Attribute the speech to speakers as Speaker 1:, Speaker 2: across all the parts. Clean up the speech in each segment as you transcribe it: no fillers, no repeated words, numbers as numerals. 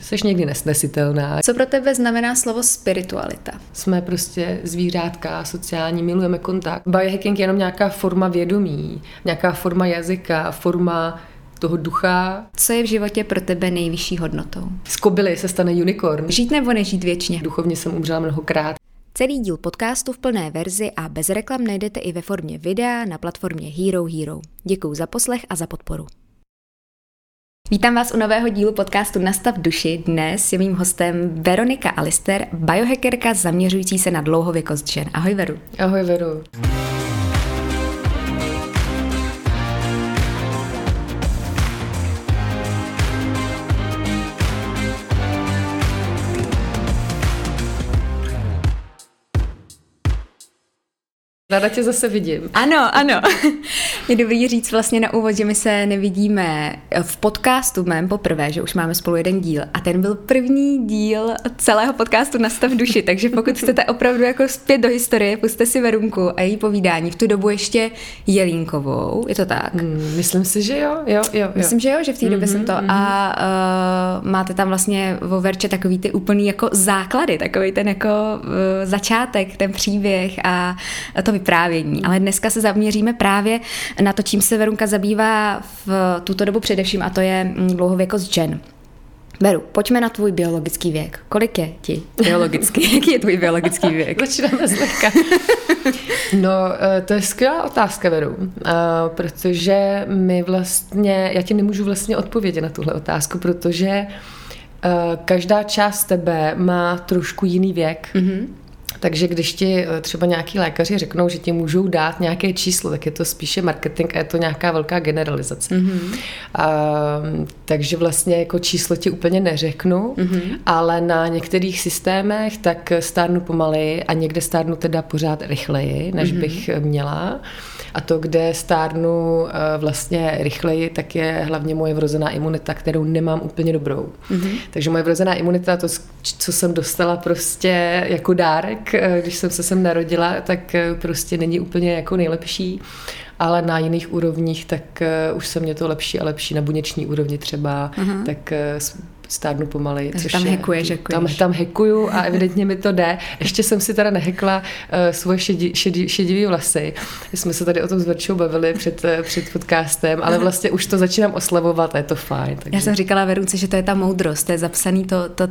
Speaker 1: Seš někdy nesnesitelná.
Speaker 2: Co pro tebe znamená slovo spiritualita?
Speaker 1: Jsme prostě zvířátka, sociální, milujeme kontakt. Biohacking je jenom nějaká forma vědomí, nějaká forma jazyka, forma toho ducha.
Speaker 2: Co je v životě pro tebe nejvyšší hodnotou?
Speaker 1: Z kobily se stane unicorn.
Speaker 2: Žít nebo nežít věčně?
Speaker 1: Duchovně jsem umřela mnohokrát.
Speaker 2: Celý díl podcastu v plné verzi a bez reklam najdete i ve formě videa na platformě Hero Hero. Děkuju za poslech a za podporu. Vítám vás u nového dílu podcastu Nastav duši. Dnes je mým hostem Veronika Alister, biohackerka zaměřující se na dlouhověkost žen. Ahoj Veru.
Speaker 1: Ahoj Veru. Ráda tě zase vidím.
Speaker 2: Ano. Je dobrý říct vlastně na úvod, že my se nevidíme v podcastu mém poprvé, že už máme spolu jeden díl a ten byl první díl celého podcastu Nastav duši, takže pokud chcete opravdu jako zpět do historie, pusťte si Verunku a její povídání, v tu dobu ještě Jelínkovou, je to tak?
Speaker 1: Myslím si, že jo.
Speaker 2: Myslím, že jo, že v té době jsem to a máte tam vlastně vo Verče takový ty úplný jako základy, takový ten jako začátek, ten příběh a to vyprávění. Ale dneska se zaměříme právě na to, čím se Verunka zabývá v tuto dobu především, a to je dlouhověkost žen. Veru, pojďme na tvůj biologický věk. Kolik je ti biologický? Jaký je tvůj biologický věk?
Speaker 1: Začínáme zlehka. No, to je skvělá otázka, Veru, protože já ti nemůžu vlastně odpovědět na tuhle otázku, protože každá část tebe má trošku jiný věk. Mm-hmm. Takže když ti třeba nějaký lékaři řeknou, že ti můžou dát nějaké číslo, tak je to spíše marketing a je to nějaká velká generalizace. Mm-hmm. Takže vlastně jako číslo ti úplně neřeknu, ale na některých systémech tak stárnu pomaleji a někde stárnu teda pořád rychleji, než bych měla. A to, kde stárnu vlastně rychleji, tak je hlavně moje vrozená imunita, kterou nemám úplně dobrou. Mm-hmm. Takže moje vrozená imunita, to, co jsem dostala prostě jako dárek, když jsem se sem narodila, tak prostě není úplně jako nejlepší, ale na jiných úrovních tak už se mě to lepší a lepší, na buněční úrovni třeba, tak stárnu pomalej.
Speaker 2: Takže tam hackuješ.
Speaker 1: Tam hackuju a evidentně mi to jde. Ještě jsem si teda nehackla svoje šedivý vlasy. Jsme se tady o tom s Verčou bavili před podcastem, ale vlastně už to začínám oslavovat a je to fajn. Takže.
Speaker 2: Já jsem říkala Verunce, že to je ta moudrost, to je zapsaný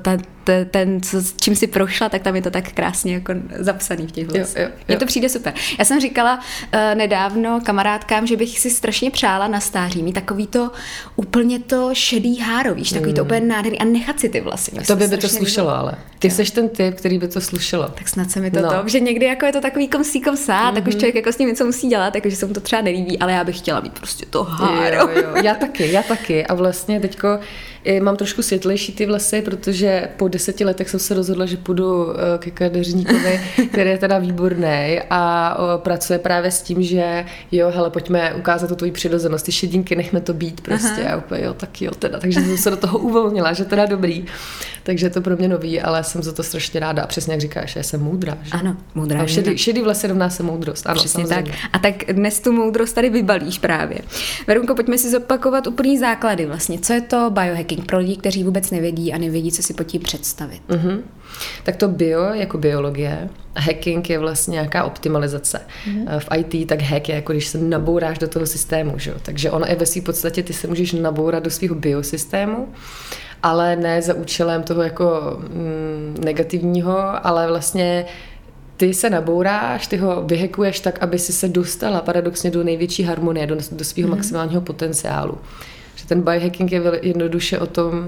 Speaker 2: ten, čím si prošla, tak tam je to tak krásně jako zapsaný v těch vlasech.
Speaker 1: Jo.
Speaker 2: Mně to přijde super. Já jsem říkala nedávno kamarádkám, že bych si strašně přála na stáří mít takový to úplně to šedý háro, víš, takový to úplně nádherný a nechat si ty vlasy.
Speaker 1: To by to slušelo, ale. Ty seš ten typ, který by to slušelo.
Speaker 2: Tak snad se mi to že někdy jako je to takový komsá, tak už člověk jako s tím něco musí dělat, takže se mu to třeba nelíbí, ale já bych chtěla mít prostě to háro.
Speaker 1: Jo. Já taky. A vlastně teďko mám trošku světlejší ty vlasy, protože po 10 letech jsem se rozhodla, že půjdu ke kadeřníkovi, který je teda výborný a pracuje právě s tím, že hele, pojďme ukázat tu tvoji přirozenost, ty šedinky, nechme to být prostě. A úplně teda. Takže jsem se do toho uvolnila, že teda dobrý. Takže je to pro mě nový, ale jsem za to strašně ráda. A přesně jak říkáš, že jsem moudrá. Že?
Speaker 2: Ano, moudrá.
Speaker 1: A šedý vlasy rovná se moudrost. Ano,
Speaker 2: přesně tak. A tak dnes tu moudrost tady vybalíš právě. Verunko, pojďme si zopakovat úplný základy vlastně. Co je to biohacking pro lidi, kteří vůbec nevědí a nevědí, co si pod tím představit? Mm-hmm.
Speaker 1: Tak to bio jako biologie, hacking je vlastně nějaká optimalizace. V IT tak hack je jako když se nabouráš do toho systému, že? Takže ono je ve své podstatě, ty se můžeš nabourat do svého biosystému, ale ne za účelem toho jako negativního, ale vlastně ty se nabouráš, ty ho vyhackuješ tak, aby si se dostala paradoxně do největší harmonie, do svého maximálního potenciálu. Že ten biohacking je jednoduše o tom,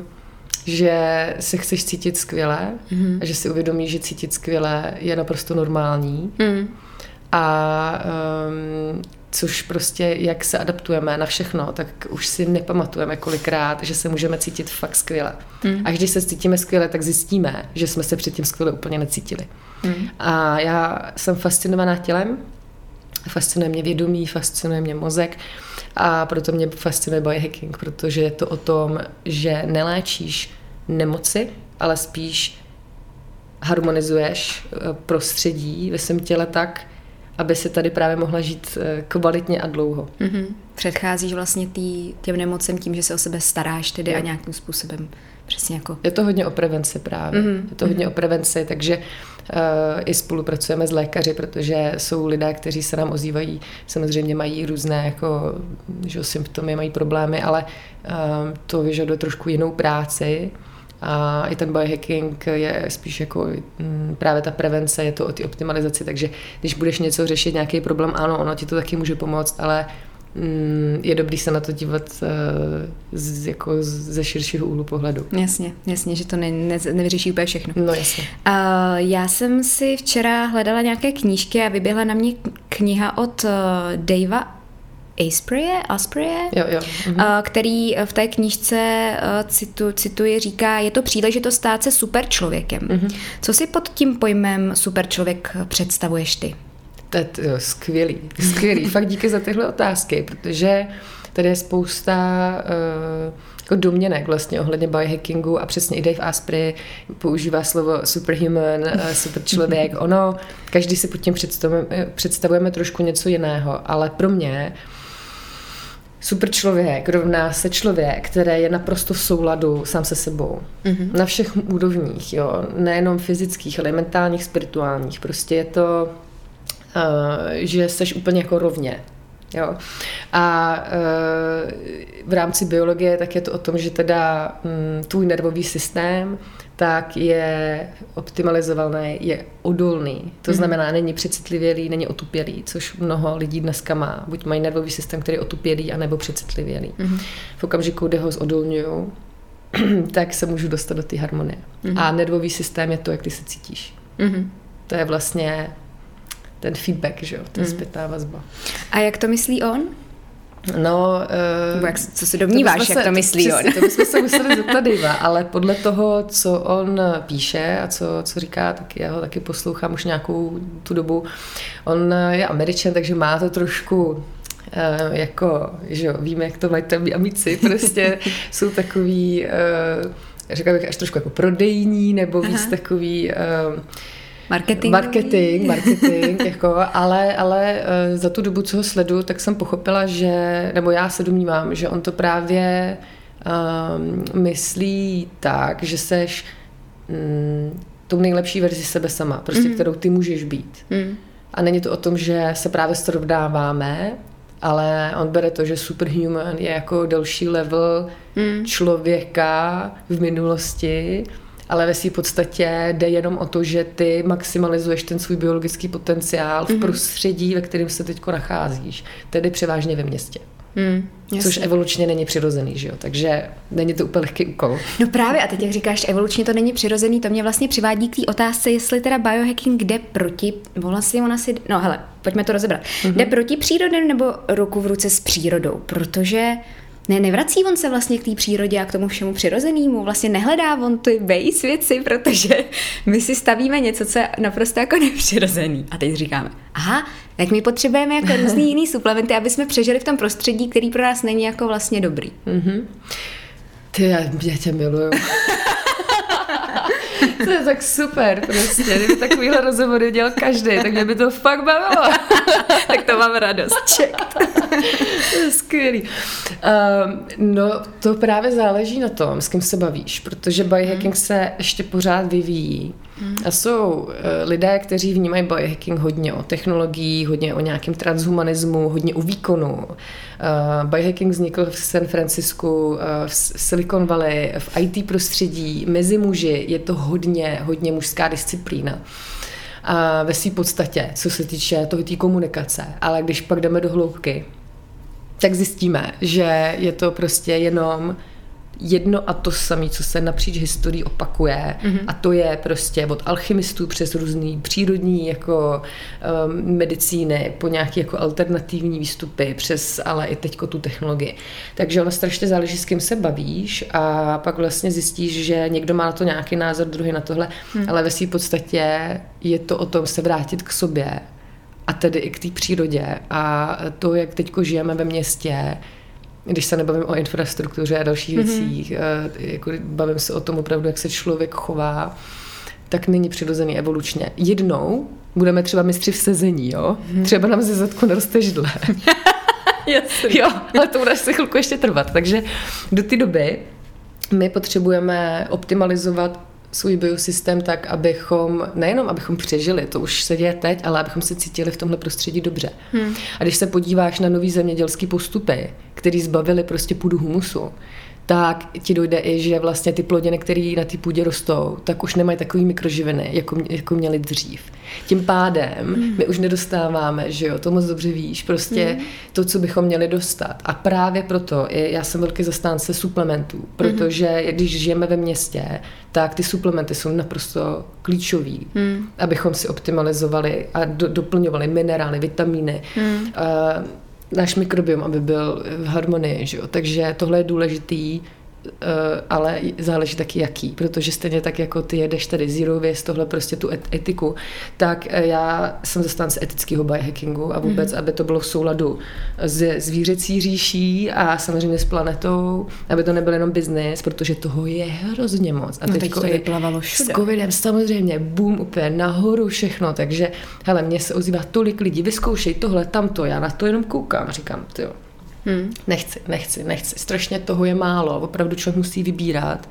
Speaker 1: že se chceš cítit skvěle a že si uvědomíš, že cítit skvěle je naprosto normální. A což prostě, jak se adaptujeme na všechno, tak už si nepamatujeme kolikrát, že se můžeme cítit fakt skvěle. A když se cítíme skvěle, tak zjistíme, že jsme se předtím skvěle úplně necítili. A já jsem fascinovaná tělem, fascinuje mě vědomí, fascinuje mě mozek a proto mě fascinuje biohacking, protože je to o tom, že neléčíš nemoci, ale spíš harmonizuješ prostředí ve svém těle tak, aby si tady právě mohla žít kvalitně a dlouho.
Speaker 2: Předcházíš vlastně těm nemocem tím, že se o sebe staráš tedy a nějakým způsobem přesně jako...
Speaker 1: Je to hodně o prevenci právě. Je to hodně o prevenci, takže i spolupracujeme s lékaři, protože jsou lidé, kteří se nám ozývají, samozřejmě mají různé jako, že symptomy, mají problémy, ale to vyžaduje trošku jinou práci. A i ten biohacking je spíš jako právě ta prevence, je to o té optimalizaci, takže když budeš něco řešit, nějaký problém, ano, ono ti to taky může pomoct, ale je dobrý se na to dívat jako ze širšího úhlu pohledu.
Speaker 2: Jasně, že to nevyřeší úplně všechno.
Speaker 1: No jasně.
Speaker 2: Já jsem si včera hledala nějaké knížky a vyběhla na mě kniha od Davea Aspreje, který v té knížce cituji, říká, je to příležitost stát se super člověkem. Co si pod tím pojmem super člověk představuješ ty?
Speaker 1: To je skvělý. Fakt díky za tyhle otázky, protože tady je spousta jako domněnek vlastně ohledně biohackingu a přesně i Dave Asprey používá slovo superhuman, super člověk. Každý si pod tím představujeme trošku něco jiného, ale pro mě super člověk rovná se člověk, který je naprosto v souladu sám se sebou. Na všech úrovních, jo. Nejenom fyzických, ale i mentálních, spirituálních. Prostě je to, že seš úplně jako rovně. Jo. A v rámci biologie tak je to o tom, že teda tvůj nervový systém tak je optimalizovaný, je odolný. To znamená, není přecitlivělý, není otupělý, což mnoho lidí dneska má. Buď mají nervový systém, který je otupělý, anebo přecitlivělý. V okamžiku, kdy ho zodolňuju, tak se můžu dostat do té harmonie. A nervový systém je to, jak ty se cítíš. To je vlastně ten feedback, že jo, to je zpětná vazba.
Speaker 2: A jak to myslí on?
Speaker 1: No,
Speaker 2: co si domníváš, jak to myslí on?
Speaker 1: To bychom se museli zeptat Davea, ale podle toho, co on píše a co říká, tak já ho taky poslouchám už nějakou tu dobu. On je Američan, takže má to trošku jako, že jo, víme, jak to mají tam amici, prostě jsou takový, řekla bych, až trošku jako prodejní, nebo víc takový... Marketing, jako, ale za tu dobu, co ho sleduju, tak jsem pochopila, že, nebo já se domnívám, že on to právě myslí tak, že seš tou nejlepší verzi sebe sama, prostě kterou ty můžeš být. A není to o tom, že se právě srovnáváme, ale on bere to, že superhuman je jako další level člověka v minulosti, ale ve své podstatě jde jenom o to, že ty maximalizuješ ten svůj biologický potenciál v prostředí, ve kterém se teďko nacházíš, tedy převážně ve městě. Což evolučně není přirozený, že jo? Takže není to úplně lehký úkol.
Speaker 2: No právě, a teď jak říkáš, evolučně to není přirozený, to mě vlastně přivádí k té otázce, jestli teda biohacking jde proti, no hele, pojďme to rozebrat. Jde proti přírodě nebo ruku v ruce s přírodou, protože nevrací on se vlastně k té přírodě a k tomu všemu přirozenému, vlastně nehledá on ty base věci, protože my si stavíme něco, co je naprosto jako nepřirozený. A teď říkáme, aha, tak my potřebujeme jako různý jiný suplementy, aby jsme přežili v tom prostředí, který pro nás není jako vlastně dobrý.
Speaker 1: Ty, já tě miluju. To je tak super, prostě. Kdyby takovýhle rozhovory dělal každý, tak mě by to fakt bavilo.
Speaker 2: Tak to mám radost.
Speaker 1: To je skvělý. No, to právě záleží na tom, s kým se bavíš, protože biohacking se ještě pořád vyvíjí. A jsou lidé, kteří vnímají biohacking hodně o technologií, hodně o nějakém transhumanismu, hodně o výkonu. Biohacking vznikl v San Francisku, v Silicon Valley, v IT prostředí, mezi muži. Je to hodně mužská disciplína. A ve své podstatě, co se týče té komunikace. Ale když pak jdeme do hloubky, tak zjistíme, že je to prostě jenom jedno a to samé, co se napříč historií opakuje. A to je prostě od alchymistů přes různý přírodní jako medicíny, po nějaké jako alternativní výstupy, přes ale i teďko tu technologii. Takže ono strašně záleží, s kým se bavíš a pak vlastně zjistíš, že někdo má na to nějaký názor, druhý na tohle, ale ve své podstatě je to o tom se vrátit k sobě a tedy i k té přírodě. A to, jak teďko žijeme ve městě, když se nebavím o infrastruktuře a dalších věcích, jako bavím se o tom opravdu, jak se člověk chová, tak není přirozený evolučně. Jednou budeme třeba mistři v sezení, jo? Třeba nám ze zadku neroste židle.
Speaker 2: Jasný.
Speaker 1: Jo, ale to bude se chvilku ještě trvat. Takže do té doby my potřebujeme optimalizovat svůj biosystém tak, nejenom abychom přežili, to už se děje teď, ale abychom se cítili v tomhle prostředí dobře. A když se podíváš na nový zemědělský postupy, který zbavili prostě půdu humusu, tak ti dojde i, že vlastně ty plodiny, které na té půdě rostou, tak už nemají takový mikroživiny, jako měly dřív. Tím pádem my už nedostáváme, že jo, to moc dobře víš, prostě to, co bychom měli dostat. A právě proto já jsem velký zastánce suplementů, protože když žijeme ve městě, tak ty suplementy jsou naprosto klíčový, abychom si optimalizovali a doplňovali minerály, vitamíny, náš mikrobiom, aby byl v harmonii, že jo? Takže tohle je důležitý, ale záleží taky jaký, protože stejně tak, jako ty jedeš tady zero waste, tohle prostě tu etiku, tak já jsem zastánce etického biohackingu a vůbec, aby to bylo v souladu se zvířecí říší a samozřejmě s planetou, aby to nebyl jenom biznis, protože toho je hrozně moc. A
Speaker 2: teď to vyplavalo všude.
Speaker 1: S covidem samozřejmě, boom, úplně nahoru všechno, takže hele, mně se ozývá tolik lidí, vyzkoušej tohle, tamto, já na to jenom koukám, říkám, tyjo. Nechci. Strašně toho je málo. Opravdu člověk musí vybírat.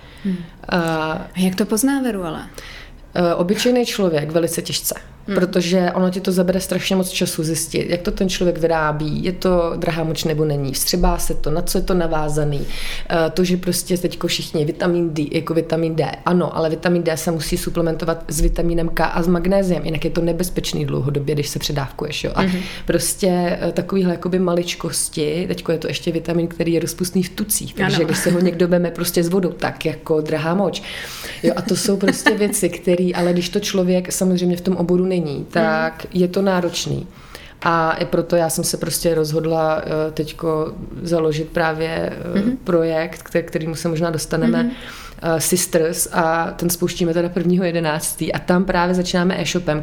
Speaker 2: A jak to pozná, Veru, ale?
Speaker 1: Obyčejný člověk velice těžce. Protože ono ti to zabere strašně moc času zjistit, jak to ten člověk vyrábí, je to drahá moč nebo není, vstřebá se to, na co je to navázaný, to, že prostě teďko všichni vitamin D, jako vitamin D, ano, ale vitamin D se musí suplementovat s vitamínem K a s magnéziem, jinak je to nebezpečný dlouhodobě, když se předávkuješ, jo. A prostě takovýhle jakoby maličkosti, teďko je to ještě vitamin, který je rozpustný v tucích, takže když se ho někdo veme prostě s vodou, tak jako drahá moč. Jo, a to jsou prostě věci, které, ale když to člověk samozřejmě v tom oboru není, tak je to náročný. A i proto já jsem se prostě rozhodla teďko založit právě projekt, kterýmu se možná dostaneme, Sisters, a ten spouštíme teda 1.11. a tam právě začínáme e-shopem,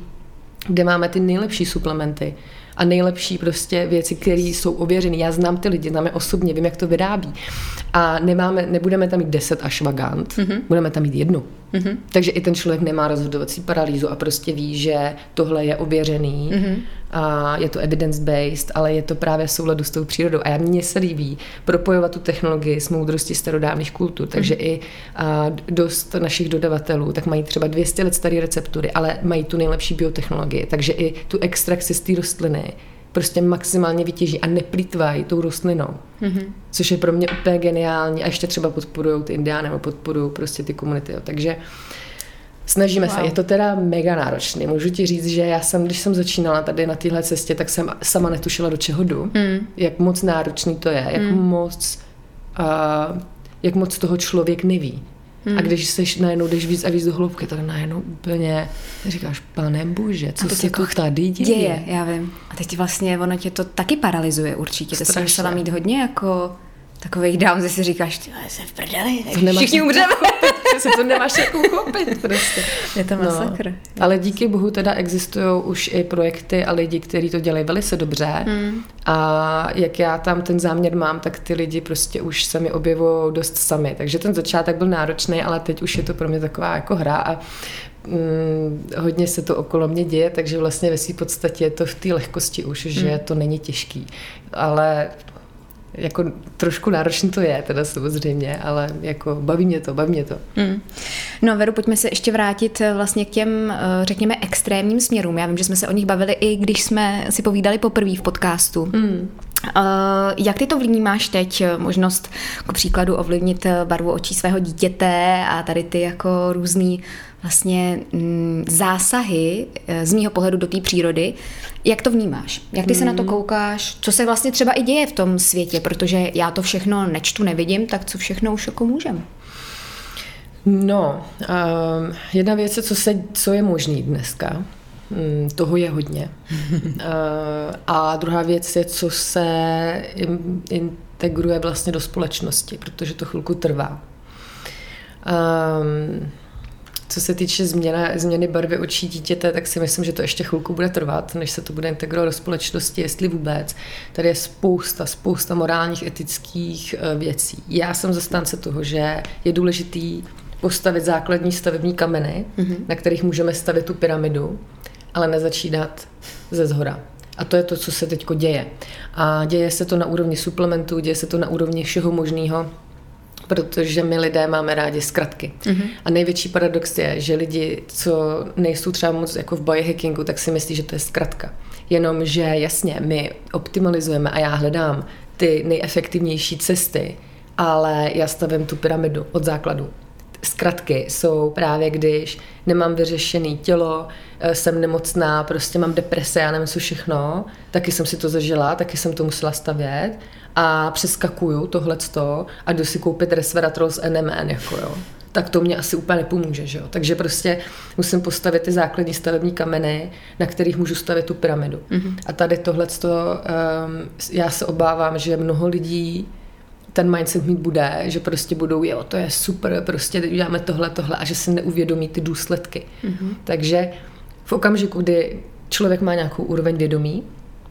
Speaker 1: kde máme ty nejlepší suplementy a nejlepší prostě věci, které jsou ověřené. Já znám ty lidi, znám je osobně, vím, jak to vyrábí. A nebudeme tam mít 10 ashwagand, budeme tam mít 1. Takže i ten člověk nemá rozhodovací paralýzu a prostě ví, že tohle je ověřený a je to evidence-based, ale je to právě v souladu s tou přírodou. A mně se líbí propojovat tu technologii s moudrostí starodávných kultur. Takže i dost našich dodavatelů tak mají třeba 200 let staré receptury, ale mají tu nejlepší biotechnologii. Takže i tu extrakci z té rostliny prostě maximálně vytěží a neplýtvají tou rostlinou. Což je pro mě úplně geniální a ještě třeba podporujou ty indiány nebo podporují prostě ty komunity. Takže snažíme se. Je to teda mega náročný. Můžu ti říct, že když jsem začínala tady na téhle cestě, tak jsem sama netušila, do čeho jdu. Jak moc náročný to je, jak moc toho člověk neví. A když seš najednou jdeš víc a víc do hloubky, tak najednou úplně říkáš, Pane Bože, co se jako tady děje?
Speaker 2: Já vím. A teď vlastně ono tě to taky paralyzuje určitě. Ty jsi musela mít hodně jako takových down, že si říkáš, ty se v prdeli, všichni umřeme.
Speaker 1: To nemáš jak uchopit prostě.
Speaker 2: Je to masakr.
Speaker 1: Ale díky bohu teda existují už i projekty a lidi, kteří to dělají velice dobře. A jak já tam ten záměr mám, tak ty lidi prostě už se mi objevují dost sami. Takže ten začátek byl náročný, ale teď už je to pro mě taková jako hra a hodně se to okolo mě děje, takže vlastně ve své podstatě je to v té lehkosti už, že to není těžký. Ale jako trošku náročný to je, teda samozřejmě, ale jako baví mě to.
Speaker 2: No, Veru, pojďme se ještě vrátit vlastně k těm, řekněme, extrémním směrům. Já vím, že jsme se o nich bavili i když jsme si povídali poprvé v podcastu. Jak ty to vnímáš teď, možnost k příkladu ovlivnit barvu očí svého dítěte a tady ty jako různý vlastně zásahy z mýho pohledu do té přírody. Jak to vnímáš? Jak ty se na to koukáš? Co se vlastně třeba i děje v tom světě? Protože já to všechno nečtu, nevidím, tak co všechno už jako můžem?
Speaker 1: No, jedna věc je, co je možný dneska. Toho je hodně. A druhá věc je, co se integruje vlastně do společnosti, protože to chvilku trvá. Co se týče změny barvy očí dítěte, tak si myslím, že to ještě chvilku bude trvat, než se to bude integrovat do společnosti, jestli vůbec. Tady je spousta morálních, etických věcí. Já jsem zastánce toho, že je důležitý postavit základní stavební kameny, na kterých můžeme stavět tu pyramidu, ale nezačínat ze zhora. A to je to, co se teďko děje. A děje se to na úrovni suplementů, děje se to na úrovni všeho možného, protože my lidé máme rádi zkratky. A největší paradox je, že lidi, co nejsou třeba moc jako v biohackingu, tak si myslí, že to je zkratka. Jenomže jasně, my optimalizujeme a já hledám ty nejefektivnější cesty, ale já stavím tu pyramidu od základu. Zkratky jsou právě, když nemám vyřešený tělo, jsem nemocná, prostě mám deprese, já nevím co všechno, taky jsem si to zažila, taky jsem to musela stavět a přeskakuju tohleto a jdu si koupit resveratrol s NMN, jako jo. Tak to mě asi úplně nepomůže, že jo. Takže prostě musím postavit ty základní stavební kameny, na kterých můžu stavit tu pyramidu. A tady tohleto, já se obávám, že mnoho lidí ten mindset mít bude, že prostě budou, jo, to je super, prostě děláme tohle a že si neuvědomí ty důsledky. Takže v okamžiku, kdy člověk má nějakou úroveň vědomí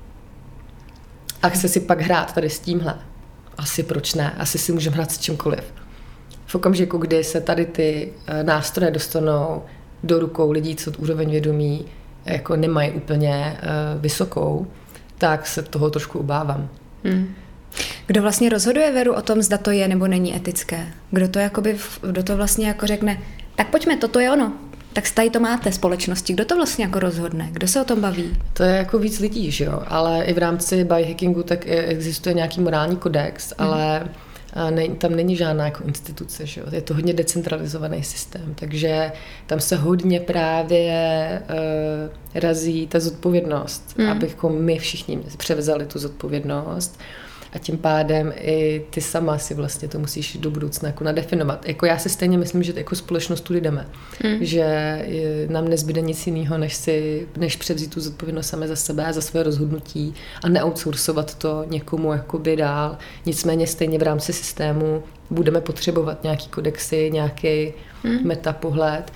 Speaker 1: a chce si pak hrát tady s tímhle, asi proč ne, asi si můžeme hrát s čímkoliv. V okamžiku, kdy se tady ty nástroje dostanou do rukou lidí, co úroveň vědomí jako nemají úplně vysokou, tak se toho trošku obávám.
Speaker 2: Kdo vlastně rozhoduje, Veru, o tom, zda to je nebo není etické? Kdo to vlastně jako řekne, tak pojďme, toto je ono. Tak tady to máte společnosti. Kdo to vlastně jako rozhodne? Kdo se o tom baví?
Speaker 1: To je jako víc lidí, že jo? Ale i v rámci biohackingu tak existuje nějaký morální kodex, ale tam není žádná jako instituce, že jo? Je to hodně decentralizovaný systém, takže tam se hodně právě razí ta zodpovědnost, abychom my všichni převzali tu zodpovědnost. A tím pádem i ty sama si vlastně to musíš do budoucna jako nadefinovat. Jako já si stejně myslím, že jako společnost tudy jdeme. Že nám nezbyde nic jiného, než převzít tu zodpovědnost sami za sebe a za své rozhodnutí a neoutsourcovat to někomu jakoby dál. Nicméně stejně v rámci systému budeme potřebovat nějaký kodexy, nějaký metapohled.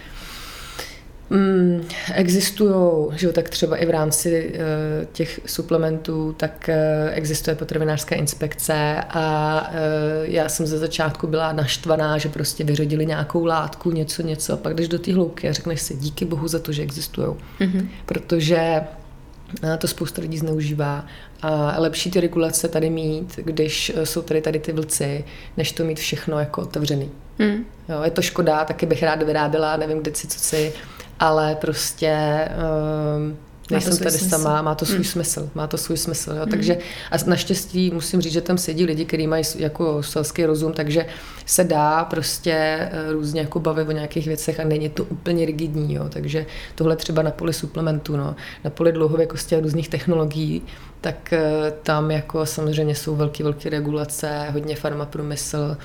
Speaker 1: Existujou, že jo, tak třeba i v rámci těch suplementů, tak existuje potravinářská inspekce a já jsem ze začátku byla naštvaná, že prostě vyřadili nějakou látku, něco a pak jdeš do té hloubky a řekneš si díky bohu za to, že existujou. Protože to spousta lidí zneužívá a lepší ty regulace tady mít, když jsou tady ty vlci, než to mít všechno jako otevřený. Jo, je to škoda, taky bych ráda vyráběla, nevím kde si, co si, ale prostě nejsem tady sama, má to svůj smysl. Jo. Takže a naštěstí musím říct, že tam sedí lidi, kteří mají jako selský rozum, takže se dá prostě různě jako bavit o nějakých věcech a není to úplně rigidní. Jo. Takže tohle třeba na poli suplementů, no, na poli dlouhověkosti a různých technologií, tak tam jako samozřejmě jsou velké regulace, hodně farmaprůmysl.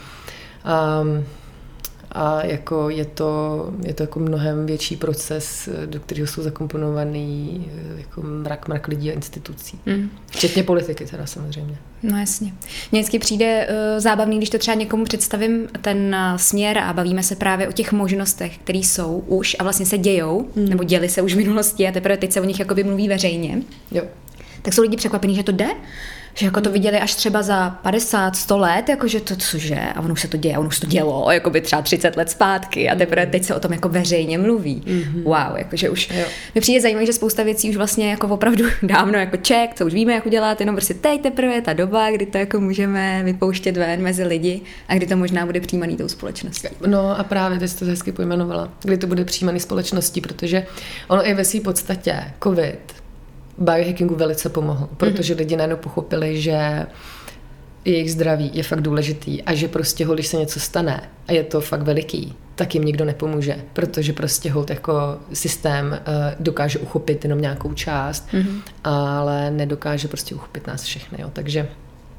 Speaker 1: A jako je to jako mnohem větší proces, do kterého jsou zakomponovaný jako mrak lidí a institucí. Včetně politiky teda samozřejmě.
Speaker 2: No jasně. Mně vždycky přijde zábavný, když to třeba někomu představím ten směr a bavíme se právě o těch možnostech, které jsou už a vlastně se dějou, nebo děly se už v minulosti a teprve teď se o nich jakoby mluví veřejně.
Speaker 1: Jo.
Speaker 2: Tak jsou lidi překvapení, že to jde? Že jako to viděli až třeba za 50, 100 let, jakože to cože, a ono už se to děje, ono už to dělo, jako by třeba 30 let zpátky a teprve teď se o tom jako veřejně mluví. Wow, jakože už mi přijde zajímavé, že spousta věcí už vlastně jako opravdu dávno jako check, co už víme, jak udělat, jenom prostě teď teprve je ta doba, kdy to jako můžeme vypouštět ven mezi lidi a kdy to možná bude přijímaný tou společností.
Speaker 1: No a právě teď jsi to hezky pojmenovala, kdy to bude přijímaný společností, protože ono i ve své podstatě covid biohackingu velice pomohl, protože lidi najednou pochopili, že jejich zdraví je fakt důležitý a že prostě když se něco stane a je to fakt veliký, tak jim nikdo nepomůže, protože prostě jako systém dokáže uchopit jenom nějakou část, ale nedokáže prostě uchopit nás všechny. Jo. Takže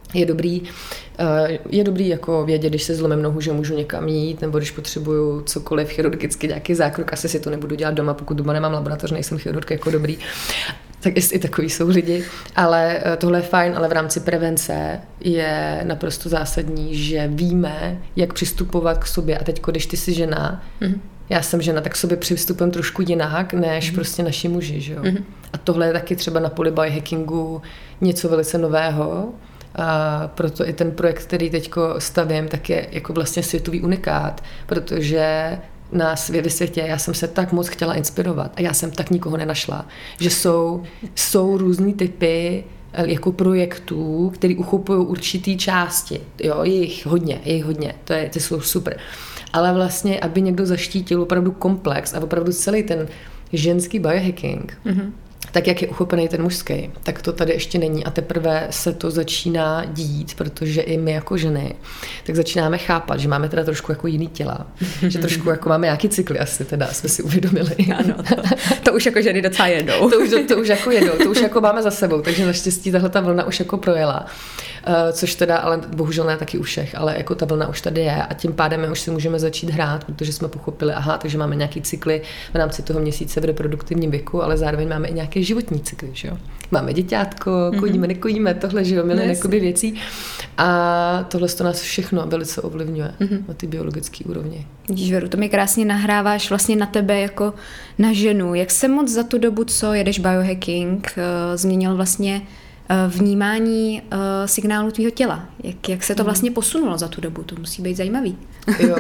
Speaker 1: je dobrý jako vědět, když se zlomím nohu, že můžu někam jít, nebo když potřebuju cokoliv chirurgicky, nějaký zákrok, asi si to nebudu dělat doma, pokud doma nemám laboratoř, nejsem chirurg jako dobrý. Tak i takový jsou lidi, ale tohle je fajn, ale v rámci prevence je naprosto zásadní, že víme, jak přistupovat k sobě. A teď, když ty jsi žena, já jsem žena, tak k sobě přistupujeme trošku jinak, než prostě naši muži. Že jo? A tohle je taky třeba na poli biohackingu něco velice nového. A proto i ten projekt, který teďko stavím, tak je jako vlastně světový unikát, protože ve světě, já jsem se tak moc chtěla inspirovat a já jsem tak nikoho nenašla, že jsou různý typy jako projektů, který uchopují určitý části. Jo, je jich hodně, ty jsou super. Ale vlastně, aby někdo zaštítil opravdu komplex a opravdu celý ten ženský biohacking, tak jak je uchopený ten mužský, tak to tady ještě není a teprve se to začíná dít, protože i my jako ženy tak začínáme chápat, že máme teda trošku jako jiný těla, že trošku jako máme nějaký cykly asi teda, jsme si uvědomili.
Speaker 2: Ano, to už jako ženy docela jedou.
Speaker 1: To už jako jedou, to už jako máme za sebou, takže naštěstí tahle ta vlna už jako projela. Což teda, ale bohužel ne taky u všech, ale jako ta vlna už tady je a tím pádem my už si můžeme začít hrát, protože jsme pochopili, takže máme nějaký cykly v rámci toho měsíce v reproduktivním věku, ale zároveň máme i nějaké životní cykly, že jo. Máme děťátko, nekojíme, tohle, že jo, milion jakoby věcí a tohle to nás všechno velice ovlivňuje na ty biologické úrovni.
Speaker 2: Vidíš, Veru, to mi krásně nahráváš vlastně na tebe jako na ženu. Jak se moc za tu dobu, co jedeš biohacking, změnil vlastně vnímání signálu tvýho těla. Jak se to vlastně posunulo za tu dobu? To musí být zajímavý.
Speaker 1: Jo,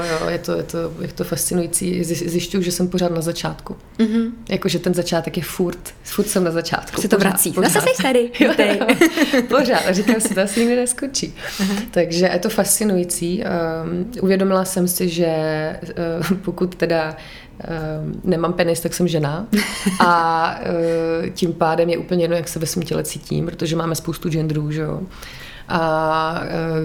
Speaker 1: je to fascinující. Zjišťuju, že jsem pořád na začátku. Jakože ten začátek je furt jsem na začátku.
Speaker 2: Se to vrací. Zase jsi tady.
Speaker 1: Pořád. A říkám si, to asi nikdy neskončí. Takže je to fascinující. Uvědomila jsem si, že pokud teda nemám penis, tak jsem žena a tím pádem je úplně jedno, jak se ve svém těle cítím, protože máme spoustu genderů, že jo. A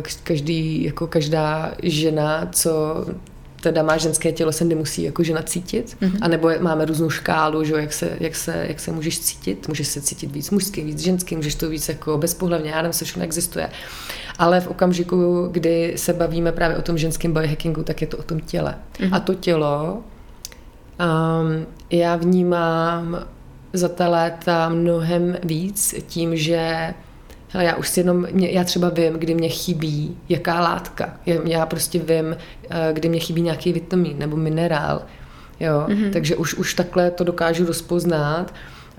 Speaker 1: každá žena, co teda má ženské tělo, se nemusí jako žena cítit, anebo máme různou škálu, že jo, jak se můžeš cítit, můžeš se cítit víc mužský, víc ženský, můžeš to víc jako bezpohlavně, já nevím, co všechno existuje. Ale v okamžiku, kdy se bavíme právě o tom ženském biohackingu, tak je to o tom těle. A to tělo já vnímám za ta léta mnohem víc tím, že hele, já třeba vím, kdy mě chybí jaká látka. Já prostě vím, kdy mě chybí nějaký vitamin nebo minerál. Jo? Takže už takhle to dokážu rozpoznat.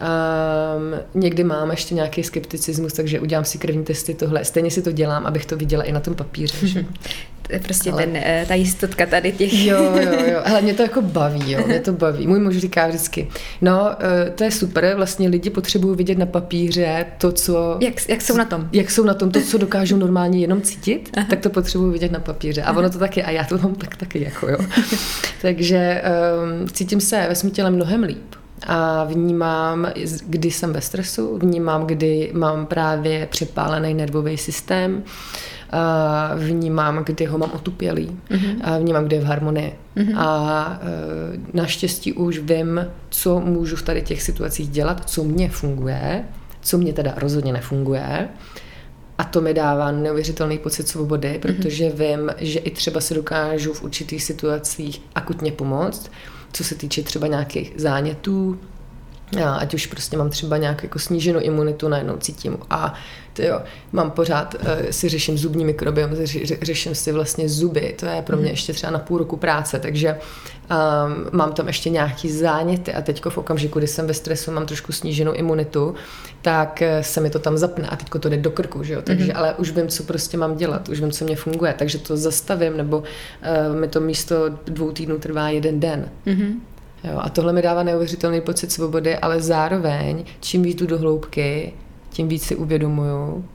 Speaker 1: Někdy mám ještě nějaký skepticismus, takže udělám si krevní testy, tohle. Stejně si to dělám, abych to viděla i na tom papíře. Že?
Speaker 2: To je prostě ta jistotka tady těch.
Speaker 1: Jo. Ale mě to jako baví, jo. Mě to baví. Můj muž říká vždycky, to je super, vlastně lidi potřebují vidět na papíře to, co...
Speaker 2: Jak jsou na tom.
Speaker 1: Jak jsou na tom, to, co dokážou normálně jenom cítit, tak to potřebují vidět na papíře. A ono to taky, a já to mám taky jako, jo. Takže cítím se ve svém těle mnohem líp. A vnímám, kdy jsem ve stresu, vnímám, kdy mám právě přepálený nervový systém, vnímám, kdy ho mám otupělý, vnímám, kdy je v harmonii. A naštěstí už vím, co můžu v tady těch situacích dělat, co mě funguje, co mě teda rozhodně nefunguje. A to mi dává neuvěřitelný pocit svobody, protože vím, že i třeba se dokážu v určitých situacích akutně pomoct, co se týče třeba nějakých zánětů, ať už prostě mám třeba nějak jako sníženou imunitu, najednou cítím mám pořád, si řeším zubní mikrobiom, řeším si vlastně zuby, to je pro mě ještě třeba na půl roku práce, takže mám tam ještě nějaký záněty a teďko v okamžiku, kdy jsem ve stresu, mám trošku sníženou imunitu, tak se mi to tam zapne a teďko to jde do krku, že jo, takže ale už vím, co prostě mám dělat, už vím, co mě funguje, takže to zastavím, nebo mi to místo 2 týdnů trvá 1 den. Jo, a tohle mi dává neuvěřitelný pocit svobody, ale zároveň, čím víc jdu do hloubky, tím víc si uvědomuju,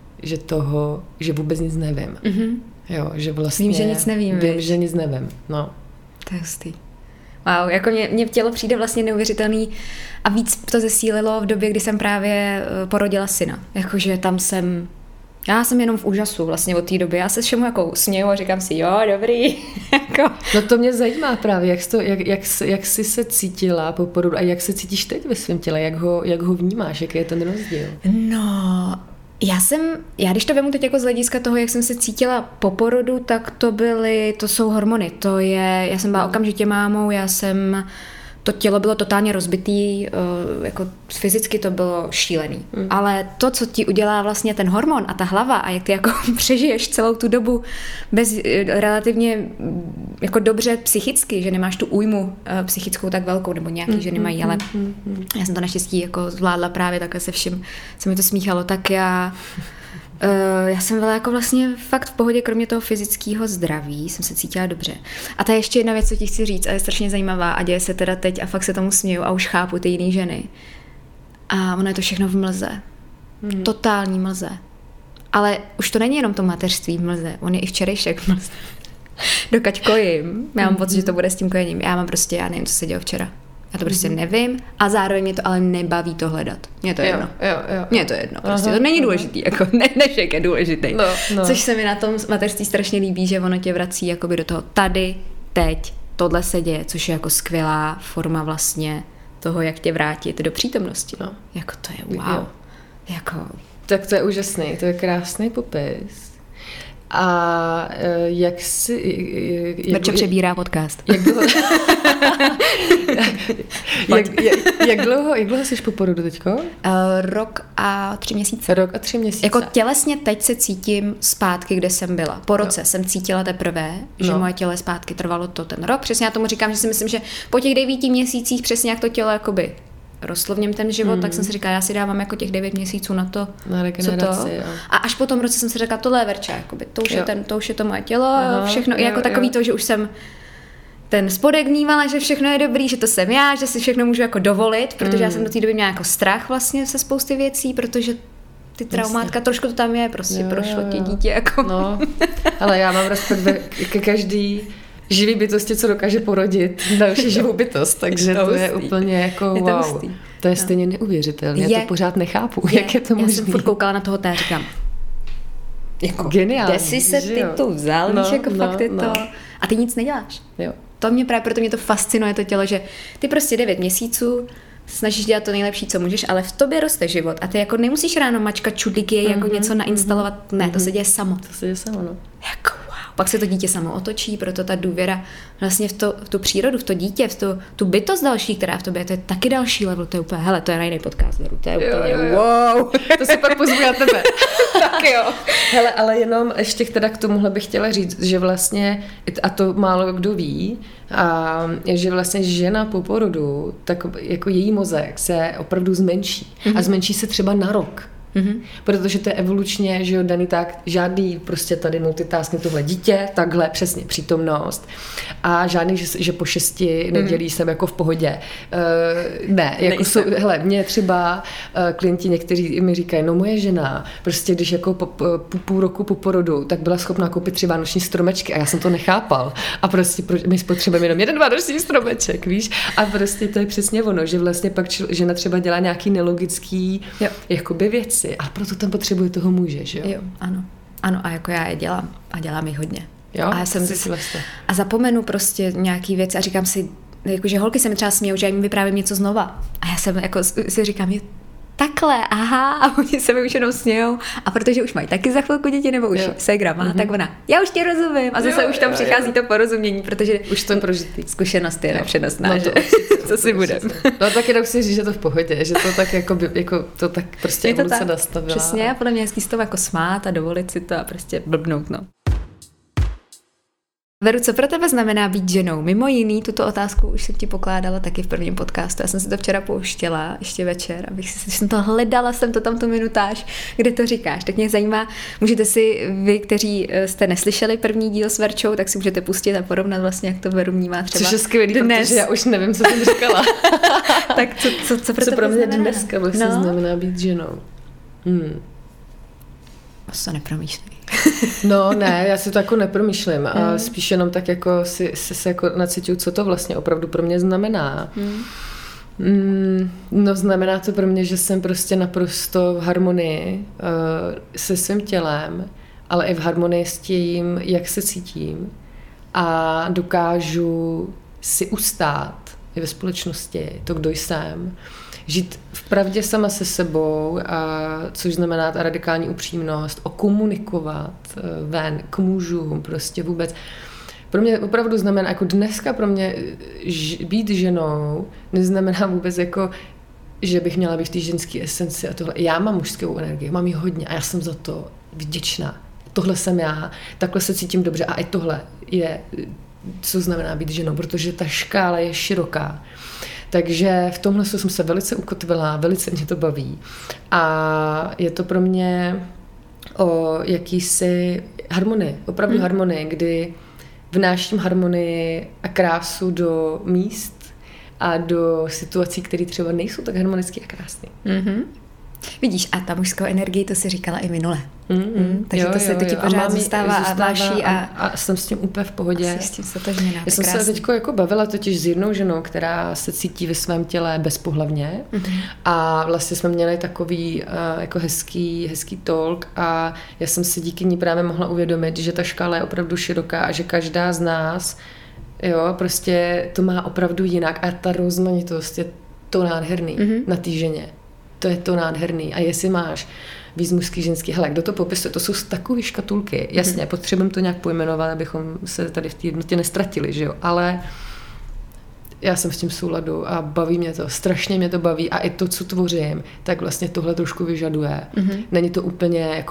Speaker 1: že vůbec nic nevím. Jo, že vlastně...
Speaker 2: Vím, že nic nevím.
Speaker 1: Vím, že nic nevím, no.
Speaker 2: To je hustý. Wow, jako mě v tělo přijde vlastně neuvěřitelný a víc to zesílilo v době, kdy jsem právě porodila syna. Jakože tam já jsem jenom v úžasu vlastně od té doby. Já se všemu jako směju a říkám si, jo, dobrý.
Speaker 1: No to mě zajímá právě, jak jsi se cítila po porodu a jak se cítíš teď ve svém těle, jak ho vnímáš, jaký je ten rozdíl?
Speaker 2: No, já když to vemu teď jako z hlediska toho, jak jsem se cítila po porodu, tak to jsou hormony. Já jsem byla okamžitě mámou, to tělo bylo totálně rozbitý, jako fyzicky to bylo šílený. Ale to, co ti udělá vlastně ten hormon a ta hlava a jak ty jako přežiješ celou tu dobu relativně jako dobře psychicky, že nemáš tu újmu psychickou tak velkou, nebo nějaký ženy mají, ale já jsem to naštěstí jako zvládla právě takhle se vším, se mi to smíchalo, tak já Já jsem byla jako vlastně fakt v pohodě, kromě toho fyzického zdraví, jsem se cítila dobře. A to je ještě jedna věc, co ti chci říct, a je strašně zajímavá a děje se teda teď a fakt se tomu směju a už chápu ty jiné ženy. A ono je to všechno v mlze. Totální mlze. Ale už to není jenom to mateřství v mlze, on je i včerejšek v mlze. Dokud kojím, já mám pocit, že to bude s tím kojením. Já nevím, co se dělo včera. Já to prostě nevím a zároveň mě to ale nebaví to hledat. Mně to jedno.
Speaker 1: Jo.
Speaker 2: Mně to jedno, prostě to není důležitý, jako dnešek je důležitý. No. Což se mi na tom mateřství strašně líbí, že ono tě vrací jakoby do toho tady, teď, tohle se děje, což je jako skvělá forma vlastně toho, jak tě vrátit do přítomnosti. No. Jako to je wow. Jo. Jako...
Speaker 1: Tak to je úžasný, to je krásný popis. A jak si...
Speaker 2: Verča přebírá podcast.
Speaker 1: Jak dlouho jsi po porodu teďko?
Speaker 2: Rok a 3 měsíce.
Speaker 1: Rok a 3 měsíce.
Speaker 2: Jako tělesně teď se cítím zpátky, kde jsem byla. Po roce jsem cítila teprve, že moje tělo je zpátky. Trvalo to ten rok. Přesně já tomu říkám, že si myslím, že po těch 9 měsících přesně jak to tělo jakoby rostlo v něm ten život, tak jsem si říkala, já si dávám jako těch 9 měsíců na to,
Speaker 1: na regeneraci,
Speaker 2: co to.
Speaker 1: Jo.
Speaker 2: A až po tom roce jsem si řekla, tohle je Verča, jakoby, to už je to moje tělo, všechno, i jako takový to, že už jsem ten spodek vnímala, že všechno je dobrý, že to jsem já, že si všechno můžu jako dovolit, protože já jsem do té doby měla jako strach vlastně se spousty věcí, protože ty traumátka, trošku to tam je, prostě prošlo tě dítě jako. No,
Speaker 1: ale já mám respekt ke každý živý bytosti, co dokáže porodit další živou bytost, takže to je úplně jako wow. To je stejně neuvěřitelné, já to pořád nechápu, jak je to možné.
Speaker 2: Já jsem furt koukala na toho a říkám,
Speaker 1: jako geniální.
Speaker 2: Kde jsi se ty tu vzal, víš, jako fakt je to. A ty nic neděláš.
Speaker 1: Jo.
Speaker 2: To mě právě, proto mě to fascinuje, to tělo, že ty prostě 9 měsíců snažíš dělat to nejlepší, co můžeš, ale v tobě roste život a ty jako nemusíš ráno mačkat čudliky, jako něco nainstalovat. Ne, to se děje samo.
Speaker 1: To se děje samo, no.
Speaker 2: Jako wow. Pak se to dítě samo otočí, proto ta důvěra vlastně v tu přírodu, v to dítě, v tu bytost další, která v tobě, to je taky další level, to je úplně, hele, to je na jiný podcast, to je úplně wow.
Speaker 1: To se pak pozvu na tebe. Tak jo. Hele, ale jenom ještě teda k tomuhle bych chtěla říct, že vlastně, a to málo kdo ví, a že vlastně žena po porodu, tak jako její mozek se opravdu zmenší. A zmenší se třeba na rok. Protože to je evolučně, že jo, daný tak, žádný prostě tady multitasking, tohle dítě, takhle přesně přítomnost a žádný, že po 6 nedělí jsem jako v pohodě. Ne, jako jsou, hele, mě třeba klienti někteří mi říkají, no moje žena, prostě když jako půl roku po porodu, tak byla schopná koupit 3 vánoční stromečky a já jsem to nechápal. A prostě my spotřebujeme jenom 1 vánoční stromeček, víš? A prostě to je přesně ono, že vlastně pak žena třeba dělá nějaký nelogický jakoby věci. A proto tam potřebuje toho muže, že jo?
Speaker 2: Jo, ano. Ano, a jako já je dělám. A dělám je hodně.
Speaker 1: Jo,
Speaker 2: a já jsem a zapomenu prostě nějaký věci a říkám si, jakože holky se mi třeba smějou, že já jim vyprávím něco znova. A já jsem jako si říkám, takhle, aha, a oni se mi už jenom smějou. A protože už mají taky za chvilku děti, nebo už ségra má, tak ona, já už tě rozumím. A zase už tam přichází to porozumění, protože
Speaker 1: už to je prožitý.
Speaker 2: Zkušenost je nepřenosná,
Speaker 1: no
Speaker 2: že? Co si budem.
Speaker 1: No tak jenom si říct, že to v pohodě, že to tak jako to tak prostě evoluce nastavila.
Speaker 2: Přesně, a podle mě hezký z toho jako smát a dovolit si to a prostě blbnout, no. Veru, co pro tebe znamená být ženou? Mimo jiný, tuto otázku už jsem ti pokládala taky v prvním podcastu. Já jsem si to včera pouštěla, ještě večer, abych jsem to hledala, jsem to tam tu minutáž, kde to říkáš. Tak mě zajímá, můžete si vy, kteří jste neslyšeli první díl s Verčou, tak si můžete pustit a porovnat vlastně, jak to Veru vnímá třeba.
Speaker 1: Což je skvělý, protože já už nevím, co jsem říkala.
Speaker 2: Tak co pro mě
Speaker 1: dneska vlastně znamená být ženou?
Speaker 2: To nepromýšlej.
Speaker 1: No ne, já si to jako nepromýšlím a spíš jenom tak jako si jako nacituju, co to vlastně opravdu pro mě znamená. No znamená to pro mě, že jsem prostě naprosto v harmonii se svým tělem, ale i v harmonii s tím, jak se cítím a dokážu si ustát i ve společnosti to, kdo jsem, žít v pravdě sama se sebou, což znamená ta radikální upřímnost, komunikovat ven k mužům, prostě vůbec. Pro mě opravdu znamená, jako dneska pro mě být ženou neznamená vůbec jako, že bych měla být v té ženské esenci a tohle. Já mám mužskou energii, mám ji hodně a já jsem za to vděčná. Tohle jsem já, takhle se cítím dobře a i tohle je, co znamená být ženou, protože ta škála je široká. Takže v tomhle jsem se velice ukotvila, velice mě to baví. A je to pro mě o jakýsi harmonii, opravdu harmonii, kdy vnáším harmonii a krásu do míst a do situací, které třeba nejsou tak harmonické a krásné.
Speaker 2: Vidíš, a ta mužskou energii, to si říkala i minule. Takže to ti pořád zůstává a váší.
Speaker 1: A jsem s tím úplně v pohodě.
Speaker 2: S tím stotožněná.
Speaker 1: Já jsem se teďko jako bavila totiž s jednou ženou, která se cítí ve svém těle bezpohlavně. A vlastně jsme měli takový jako hezký talk a já jsem si díky ní právě mohla uvědomit, že ta škála je opravdu široká a že každá z nás, prostě to má opravdu jinak a ta rozmanitost je to nádherný na té ženě. To je to nádherný. A jestli máš víc mužský, ženský, hele, kdo to popisuje, to jsou takové škatulky. Jasně, potřebujeme to nějak pojmenovat, abychom se tady v té jednotě nestratili, že jo, ale já jsem s tím v souladu a baví mě to, strašně mě to baví a i to, co tvořím, tak vlastně tohle trošku vyžaduje. Není to úplně jako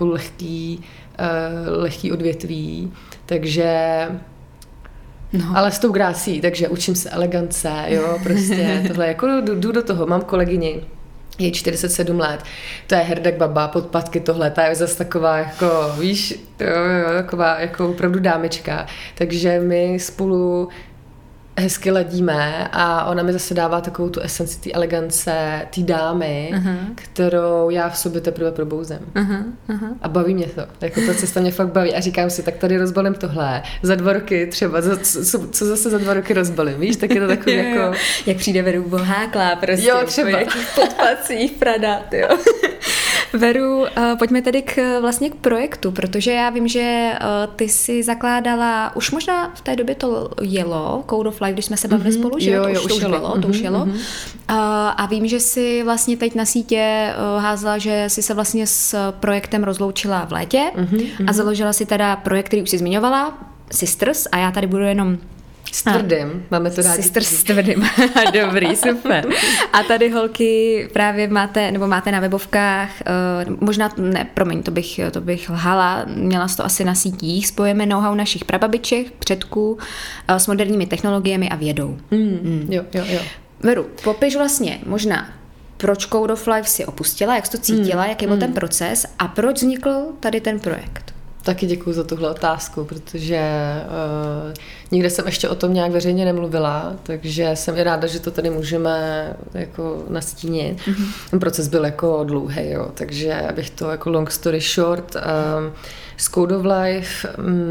Speaker 1: lehký odvětví, takže ale s tou grácí, takže učím se elegance, jo, prostě tohle, jako jdu do toho, mám kolegyni, je 47 let, to je herdek baba, podpatky tohle, ta je zase taková jako, víš, taková jako opravdu dámečka, takže my spolu hezky ladíme a ona mi zase dává takovou tu esenci té elegance, té dámy, kterou já v sobě teprve probouzem. A baví mě to. Jako ta cesta mě fakt baví. A říkám si, tak tady rozbalím tohle. Za 2 roky třeba, co zase za 2 roky rozbalím, víš? Tak je to takový jako...
Speaker 2: Jak přijde Veru boháklá prostě.
Speaker 1: Jo, třeba.
Speaker 2: Podpacích Pradat, jo. Veru, pojďme tedy vlastně k projektu, protože já vím, že ty si zakládala, už možná v té době to jelo, Code of Life, když jsme se bavili spolu, že to už jelo. A vím, že si vlastně teď na sítě házela, že si se vlastně s projektem rozloučila v létě a založila si teda projekt, který už si zmiňovala, Sisters, a já tady budu jenom
Speaker 1: s tvrdým, máme to rádi.
Speaker 2: Sisters s tvrdým, dobrý, super. A tady holky právě máte na webovkách, možná, ne, promiň, to bych lhala, měla jsi to asi na sítích, spojeme know-how našich prababiček, předků s moderními technologiemi a vědou.
Speaker 1: Jo.
Speaker 2: Veru, popiš vlastně možná, proč Code of Life si opustila, jak jsi to cítila, jaký byl ten proces a proč vznikl tady ten projekt?
Speaker 1: Taky děkuju za tuhle otázku, protože nikde jsem ještě o tom nějak veřejně nemluvila, takže jsem i ráda, že to tady můžeme jako nastínit. Ten proces byl jako dlouhý, jo, takže abych to jako long story short, z Code of Life,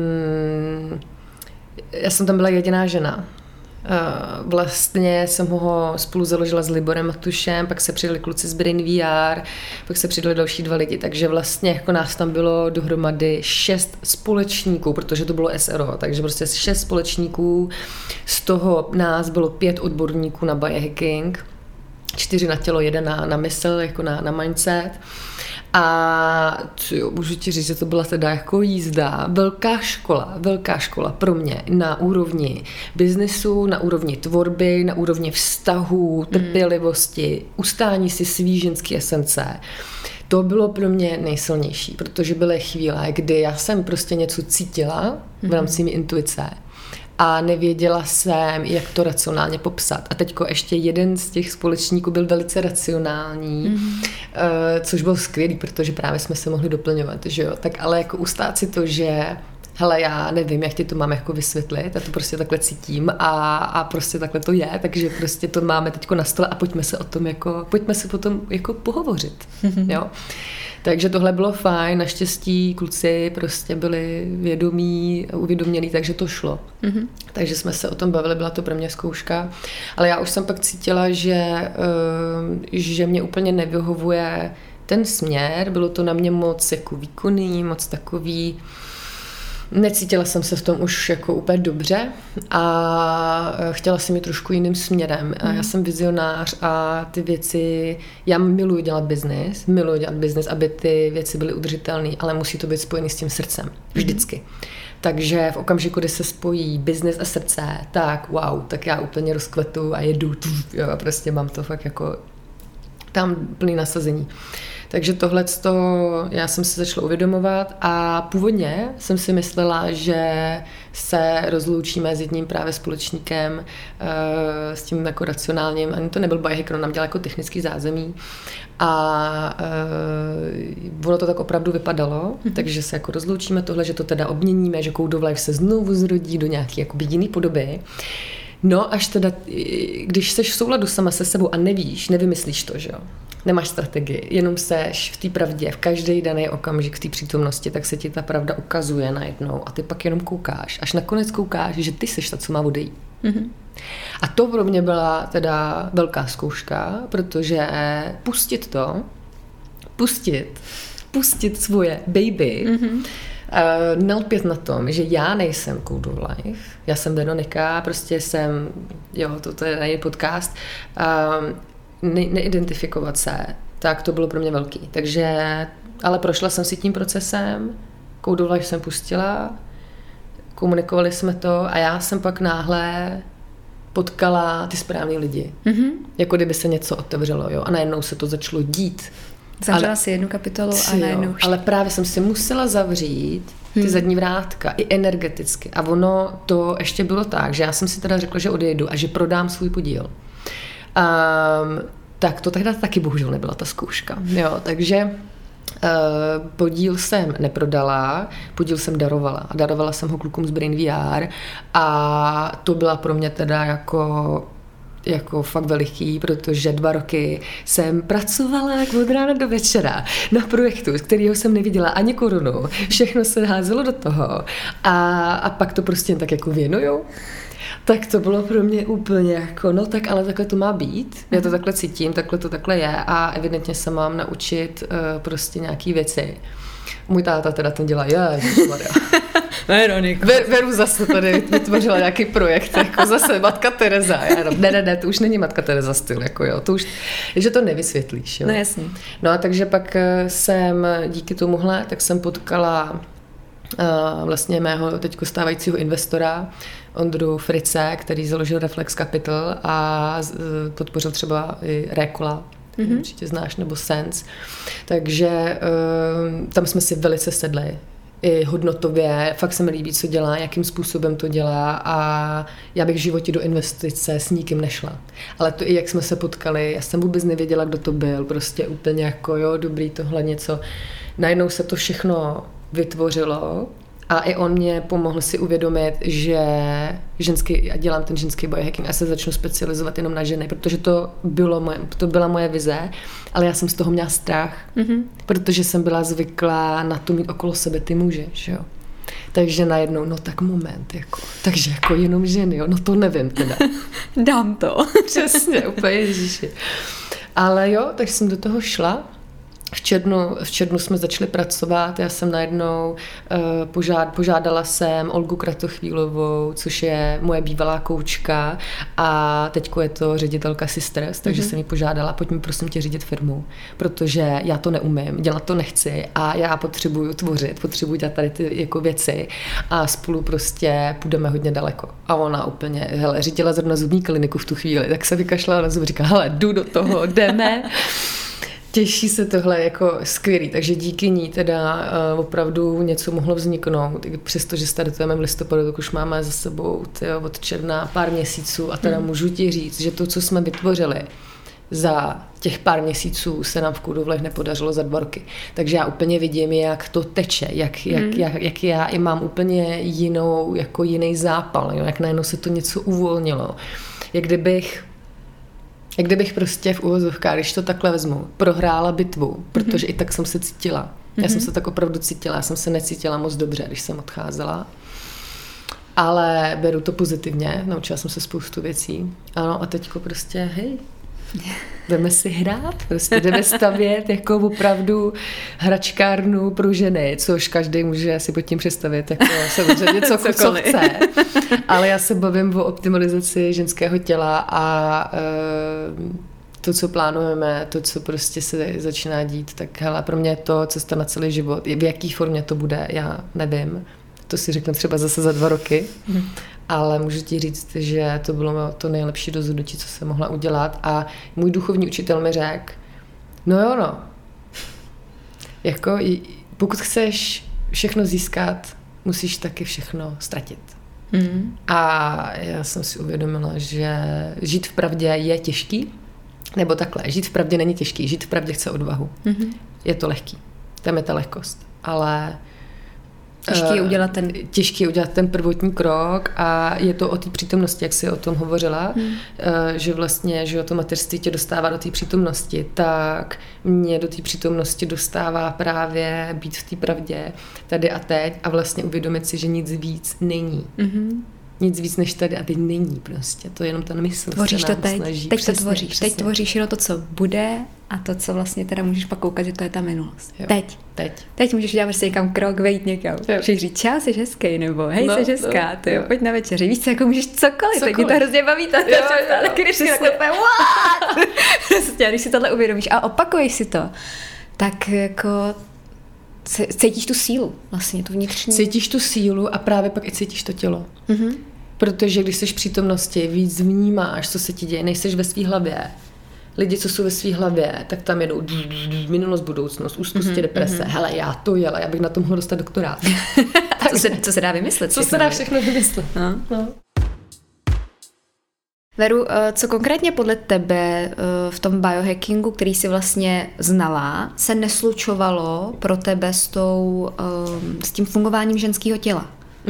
Speaker 1: já jsem tam byla jediná žena. Vlastně jsem ho spolu založila s Liborem Matušem, pak se přidali kluci z Brain VR, pak se přidali další 2 lidi, takže vlastně jako nás tam bylo dohromady 6 společníků, protože to bylo SRO, takže prostě 6 společníků, z toho nás bylo 5 odborníků na biohacking, 4 na tělo, 1 na mysl, jako na mindset. A můžu ti říct, že to byla teda jako jízda, velká škola pro mě na úrovni biznesu, na úrovni tvorby, na úrovni vztahů, trpělivosti, ustání si svý ženský esence. To bylo pro mě nejsilnější, protože byly chvíle, kdy já jsem prostě něco cítila v rámci mé intuice a nevěděla jsem, jak to racionálně popsat. A teďko ještě jeden z těch společníků byl velice racionální, což bylo skvělý, protože právě jsme se mohli doplňovat, že jo. Tak ale jako ustát si to, že hele, já nevím, jak ti to mám jako vysvětlit, já to prostě takhle cítím a prostě takhle to je, takže prostě to máme teďko na stole a pojďme se potom jako pohovořit, jo. Takže tohle bylo fajn, naštěstí kluci prostě byli vědomí, uvědomělí, takže to šlo. Takže jsme se o tom bavili, byla to pro mě zkouška, ale já už jsem pak cítila, že mě úplně nevyhovuje ten směr, bylo to na mě moc jako výkonný, moc takový, necítila jsem se v tom už jako úplně dobře a chtěla jsem jít trošku jiným směrem. A já jsem vizionář a ty věci, já miluji dělat biznis, aby ty věci byly udržitelné, ale musí to být spojený s tím srdcem. Vždycky. Takže v okamžiku, kdy se spojí biznis a srdce, tak wow, tak já úplně rozkvetu a jedu, jo, a prostě mám to fakt jako tam plný nasazení. Takže tohleto já jsem se začala uvědomovat a původně jsem si myslela, že se rozloučíme s jedním právě společníkem, s tím jako racionálním, ani to nebyl biohacker, on nám dělal jako technický zázemí a ono to tak opravdu vypadalo, takže se jako rozloučíme tohle, že to teda obměníme, že Code of Life se znovu zrodí do nějaké jakoby jiný podoby. No až teda, když seš v souladu sama se sebou a nevíš, nevymyslíš to, že jo, nemáš strategii, jenom seš v té pravdě, v každý daný okamžik v té přítomnosti, tak se ti ta pravda ukazuje najednou a ty pak jenom koukáš, až nakonec koukáš, že ty seš ta, co má odejít. Mm-hmm. A to pro mě byla teda velká zkouška, protože pustit svoje baby, nelpět na tom, že já nejsem Code of Life, já jsem Veronika, prostě jsem, to je na její podcast, neidentifikovat se, tak to bylo pro mě velký. Takže, ale prošla jsem si tím procesem, Code of Life jsem pustila, komunikovali jsme to a já jsem pak náhle potkala ty správný lidi. Mm-hmm. Jako kdyby se něco otevřelo, jo, a najednou se to začalo dít.
Speaker 2: Zavřela si jednu kapitolu a najednou...
Speaker 1: Ale právě jsem si musela zavřít ty zadní vrátka, i energeticky. A ono to ještě bylo tak, že já jsem si teda řekla, že odejdu a že prodám svůj podíl. Tak to tehdy taky bohužel nebyla ta zkouška. Jo, takže podíl jsem neprodala, podíl jsem darovala. A darovala jsem ho klukům z Brain VR a to byla pro mě teda jako fakt veliký, protože 2 roky jsem pracovala jako od rána do večera na projektu, z kterého jsem neviděla ani korunu. Všechno se házelo do toho a pak to prostě tak jako věnuju. Tak to bylo pro mě úplně jako, no tak ale takhle to má být. Já to takhle cítím, takhle to takhle je a evidentně se mám naučit prostě nějaký věci. Můj táta teda ten dělá, ježišmarja. Veru zase tady vytvořila nějaký projekt, jako zase Matka Tereza. Ne, to už není Matka Tereza styl, jako jo, to už, že to nevysvětlíš, jo.
Speaker 2: No jasně.
Speaker 1: No a takže pak jsem díky tomuhle, tak jsem potkala vlastně mého teďko stávajícího investora, Ondru Frice, který založil Reflex Capital a podpořil třeba i Recola, určitě znáš, nebo Sense. Takže tam jsme si velice sedli. I hodnotově, fakt se mi líbí, co dělá, jakým způsobem to dělá a já bych v životě do investice s nikým nešla. Ale to i jak jsme se potkali, já jsem vůbec nevěděla, kdo to byl, prostě úplně jako jo, dobrý, tohle něco. Najednou se to všechno vytvořilo a i on mě pomohl si uvědomit, že já dělám ten ženský biohacking a se začnu specializovat jenom na ženy, protože to byla moje vize, ale já jsem z toho měla strach, protože jsem byla zvyklá na to mít okolo sebe ty muže, jo. Takže najednou, no tak moment, jako, takže jako jenom ženy, jo, no to nevím teda.
Speaker 2: Dám to.
Speaker 1: Přesně, úplně ježiši. Ale jo, tak jsem do toho šla. V červnu jsme začali pracovat, já jsem najednou požádala jsem Olgu Kratochvílovou, což je moje bývalá koučka a teďko je to ředitelka Sisters, takže jsem ji požádala, pojď mi prosím tě řídit firmu, protože já to neumím, dělat to nechci a já potřebuju tvořit, potřebuju dělat tady ty jako věci a spolu prostě půjdeme hodně daleko. A ona úplně, hele, řídila zrovna zubní kliniku v tu chvíli, tak se vykašlala na zub, říká, hele, jdu do toho, jdeme. Těší se tohle jako skvělý, takže díky ní teda opravdu něco mohlo vzniknout, přestože startujeme v listopadu, tak už máme za sebou od června pár měsíců a teda můžu ti říct, že to, co jsme vytvořili za těch pár měsíců se nám v Code of Life nepodařilo za 2 roky. Takže já úplně vidím, jak to teče, jak já i mám úplně jiný zápal, jo, jak najednou se to něco uvolnilo. Jak kdybych prostě v uvozovkách, když to takhle vezmu, prohrála bitvu, protože i tak jsem se cítila. Já jsem se tak opravdu cítila, já jsem se necítila moc dobře, když jsem odcházela. Ale beru to pozitivně, naučila jsem se spoustu věcí. Ano, a teďko prostě, hej, jdeme si hrát, prostě jdeme stavět jako opravdu hračkárnu pro ženy, což každý může si pod tím představit, jako samozřejmě co chce. Ale já se bavím o optimalizaci ženského těla a to, co plánujeme, to, co prostě se začíná dít, tak hele, pro mě je to cesta na celý život. V jaký formě to bude, já nevím. To si řeknu třeba zase za 2 roky. Ale můžu ti říct, že to bylo to nejlepší rozhodnutí, co jsem mohla udělat a můj duchovní učitel mi řekl, no jo, jako pokud chceš všechno získat, musíš taky všechno ztratit. A já jsem si uvědomila, že žít v pravdě je těžký, nebo takhle, žít v pravdě není těžký, žít v pravdě chce odvahu. Je to lehký, tam je ta lehkost, ale těžký je udělat ten prvotní krok a je to o té přítomnosti, jak jsi o tom hovořila, že vlastně, že to mateřství tě dostává do té přítomnosti, tak mě do té přítomnosti dostává právě být v té pravdě tady a teď a vlastně uvědomit si, že nic víc není. Nic víc než tady a teď není prostě. To je jenom ten mysl.
Speaker 2: Tvoříš to teď.
Speaker 1: Snaží.
Speaker 2: Teď přesně, to tvoříš. Přesně. Teď tvoříš jenom to, co bude a to, co vlastně teda můžeš pak koukat, že to je ta minulost. Jo. Teď můžeš udělat prostě někam krok, vejít někam. Můžeš říct, čau, jsi hezký, nebo hej, jsi hezká, jo, pojď na večeři. Víš co, jako můžeš cokoliv. Teď mě to hrozně baví. Když si takhle what? Když si tohle uvědomíš a opakuješ si to, tak jako cítíš tu sílu, vlastně tu vnitřní.
Speaker 1: Cítíš tu sílu a právě pak i cítíš to tělo. Protože když jsi v přítomnosti, víc vnímáš, co se ti děje, nejseš ve svý hlavě. Lidi, co jsou ve svý hlavě, tak tam jedou minulost, budoucnost, úzkosti, deprese. Hele, já bych na tom mohl dostat doktorát.
Speaker 2: Co se dá vymyslet?
Speaker 1: Co se dá všechno vymyslet? No.
Speaker 2: Veru, co konkrétně podle tebe v tom biohackingu, který jsi vlastně znala, se neslučovalo pro tebe s tím fungováním ženského těla?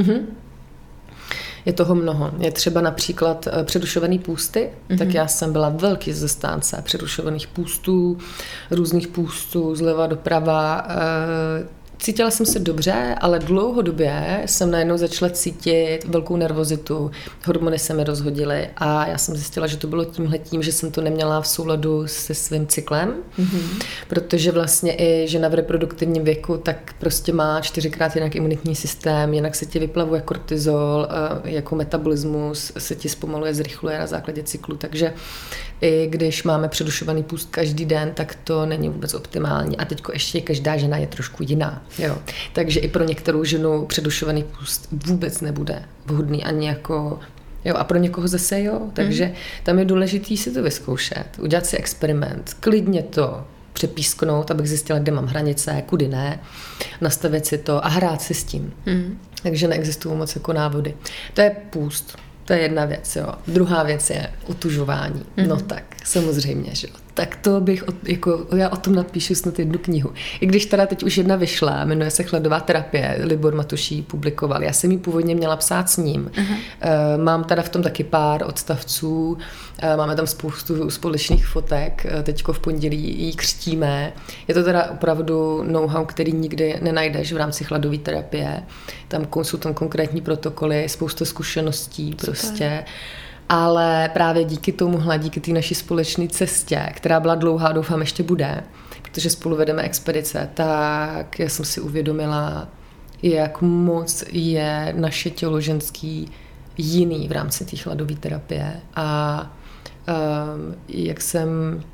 Speaker 1: Je toho mnoho. Je třeba například přerušovaný půsty, tak já jsem byla velký zastánce přerušovaných půstů, různých půstů, zleva doprava. Cítila jsem se dobře, ale dlouhodobě jsem najednou začala cítit velkou nervozitu, hormony se mi rozhodily a já jsem zjistila, že to bylo tímhletím, že jsem to neměla v souladu se svým cyklem, protože vlastně i žena v reproduktivním věku tak prostě má 4krát jinak imunitní systém, jinak se ti vyplavuje kortizol, jako metabolismus se ti zpomaluje, zrychluje na základě cyklu, takže i když máme přerušovaný půst každý den, tak to není vůbec optimální. A teďko ještě každá žena je trošku jiná. Jo. Takže i pro některou ženu přerušovaný půst vůbec nebude vhodný ani jako... Jo, a pro někoho zase jo. Takže tam je důležitý si to vyzkoušet, udělat si experiment, klidně to přepísknout, abych zjistila, kde mám hranice, kudy ne, nastavit si to a hrát si s tím. Takže neexistují moc jako návody. To je půst. To je jedna věc, jo. Druhá věc je utužování. No tak, samozřejmě, že jo. Tak to bych, já o tom napíšu snad jednu knihu. I když teda teď už jedna vyšla, jmenuje se Chladová terapie, Libor Matuší publikoval. Já jsem ji původně měla psát s ním. Mám teda v tom taky pár odstavců, máme tam spoustu společných fotek, teďko v pondělí ji křtíme. Je to teda opravdu know-how, který nikdy nenajdeš v rámci chladové terapie. Tam jsou tam konkrétní protokoly, spousta zkušeností prostě. Ale právě díky tomuhle, díky té naší společné cestě, která byla dlouhá, doufám ještě bude, protože spolu vedeme expedice, tak já jsem si uvědomila, jak moc je naše tělo ženský jiný v rámci té chladové terapie. A jak jsem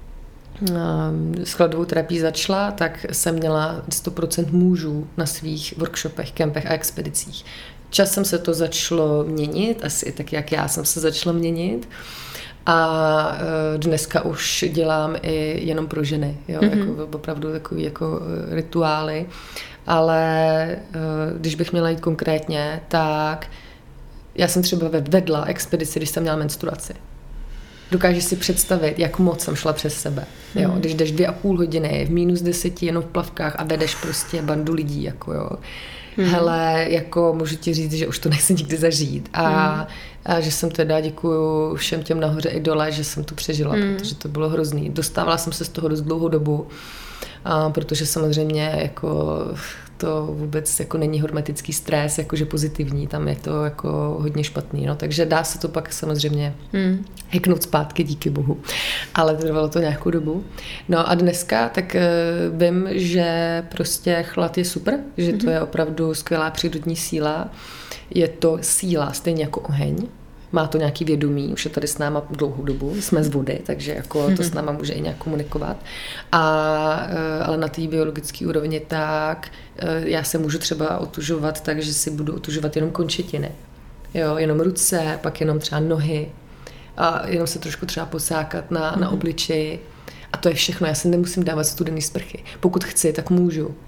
Speaker 1: s chladovou terapií začala, tak jsem měla 100% mužů na svých workshopech, kempech a expedicích. Časem se to začalo měnit, asi tak, jak já jsem se začala měnit. A dneska už dělám i jenom pro ženy, jo? Jako, opravdu takový jako rituály. Ale když bych měla jít konkrétně, tak já jsem třeba vedla expedici, když jsem měla menstruaci. Dokážeš si představit, jak moc jsem šla přes sebe. Jo? Když jdeš 2,5 hodiny v -10 jenom v plavkách a vedeš prostě bandu lidí, jako jo. Hele, jako můžu ti říct, že už to nechci nikdy zažít. A že jsem teda, děkuju všem těm nahoře i dole, že jsem to přežila, protože to bylo hrozný. Dostávala jsem se z toho dost dlouhou dobu, protože samozřejmě jako to vůbec jako není hormetický stres, jakože pozitivní, tam je to jako hodně špatný, no, takže dá se to pak samozřejmě heknout zpátky, díky bohu, ale trvalo to nějakou dobu. No a dneska tak vím, že prostě chlad je super, že to je opravdu skvělá přírodní síla, je to síla stejně jako oheň, má to nějaký vědomí, už je tady s náma dlouhou dobu, jsme z vody, takže jako to s náma může i nějak komunikovat. Ale na té biologické úrovni tak já se můžu třeba otužovat tak, že si budu otužovat jenom končetiny. Jo, jenom ruce, pak jenom třeba nohy a jenom se trošku třeba posákat na obličeji. A to je všechno, já si nemusím dávat studený sprchy. Pokud chci, tak můžu.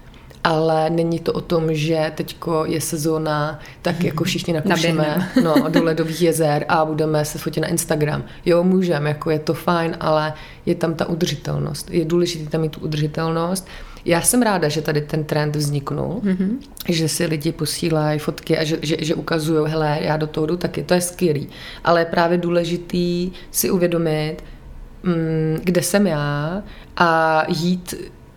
Speaker 1: ale není to o tom, že teďko je sezóna, tak jako všichni nakušeme do ledových jezer a budeme se fotit na Instagram. Jo, můžeme, jako je to fajn, ale je tam ta udržitelnost. Je důležité tam mít tu udržitelnost. Já jsem ráda, že tady ten trend vzniknul, že si lidi posílají fotky a že ukazují, hele, já do toho jdu taky, to je skvělý. Ale je právě důležitý si uvědomit, kde jsem já a jít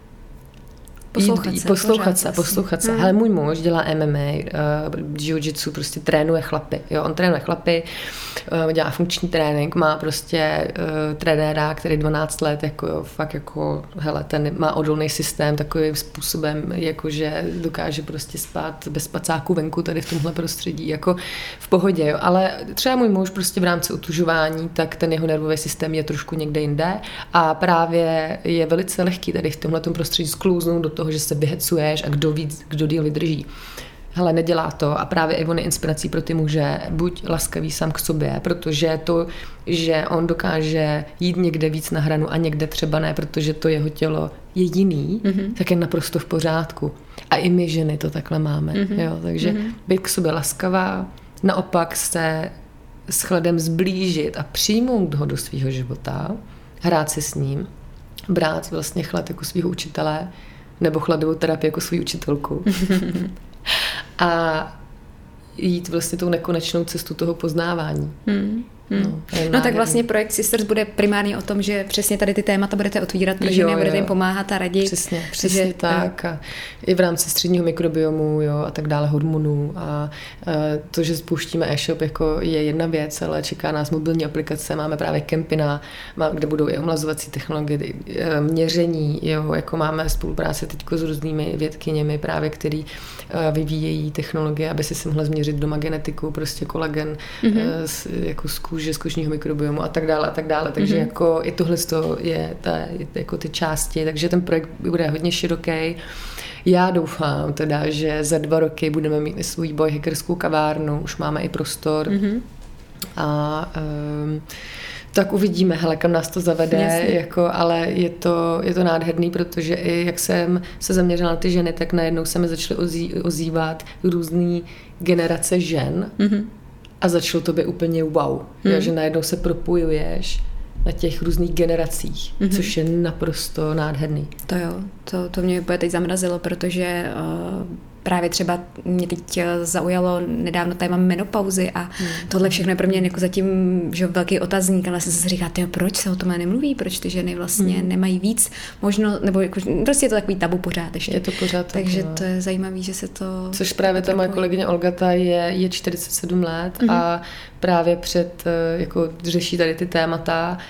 Speaker 1: poslouchat se. Hele, můj muž dělá MMA, jiu-jitsu, prostě trénuje chlapy. Jo, on trénuje chlapy, dělá funkční trénink, má prostě trenéra, který 12 let, jako fakt jako, hele, ten má odolný systém takovým způsobem, jakože dokáže prostě spát bez spacáku venku tady v tomhle prostředí, jako v pohodě, jo. Ale třeba můj muž prostě v rámci otužování, tak ten jeho nervový systém je trošku někde jinde a právě je velice lehký tady v tomhletom prostředí sklouznout do toho, že se vyhecuješ a kdo díl vydrží. Hele, nedělá to a právě i on je inspirací pro ty muže, buď laskavý sám k sobě, protože to, že on dokáže jít někde víc na hranu a někde třeba ne, protože to jeho tělo je jiný, tak je naprosto v pořádku. A i my ženy to takhle máme. Jo? Takže být k sobě laskavá, naopak se s chladem zblížit a přijmout ho do svého života, hrát si s ním, brát vlastně chlad jako svého učitele, nebo chladovou terapii jako svou učitelku. A jít vlastně tou nekonečnou cestu toho poznávání.
Speaker 2: No tak vlastně projekt Sisters bude primárně o tom, že přesně tady ty témata budete otvírat pro ženy a budete jim pomáhat a radit.
Speaker 1: Přesně tak. A i v rámci středního mikrobiomu, jo, a tak dále, hormonů. A to, že spouštíme e-shop, jako je jedna věc, ale čeká nás mobilní aplikace, máme právě Kempina, kde budou i omlazovací technologie, měření, jo, jako máme spolupráci teďko s různými vědkyněmi právě, který vyvíjejí technologie, aby si mohla změřit doma genetiku, prostě kolagen, jako z kožního mikrobiomu a tak dále. Takže jako i tohle je jako ty části, takže ten projekt bude hodně široký. Já doufám teda, že za 2 roky budeme mít i svou biohackerskou kavárnu, už máme i prostor a tak uvidíme, hele, kam nás to zavede, jako, ale je to nádherný, protože i jak jsem se zaměřila na ty ženy, tak najednou se mi začaly ozývat různý generace žen, a začalo to být úplně wow, že najednou se propojuješ na těch různých generacích, což je naprosto nádherný.
Speaker 2: To jo, to mě úplně teď zamrazilo, protože právě třeba mě teď zaujalo nedávno téma menopauzy a tohle všechno je pro mě jako zatím že velký otazník, ale jsem se říká, proč se o tom nemluví, proč ty ženy vlastně nemají víc možno, nebo jako, prostě je to takový tabu pořád ještě.
Speaker 1: Je to pořád.
Speaker 2: Takže to je zajímavý, že se to...
Speaker 1: Což právě ta moje kolegyně Olga je 47 let a právě jako řeší tady ty témata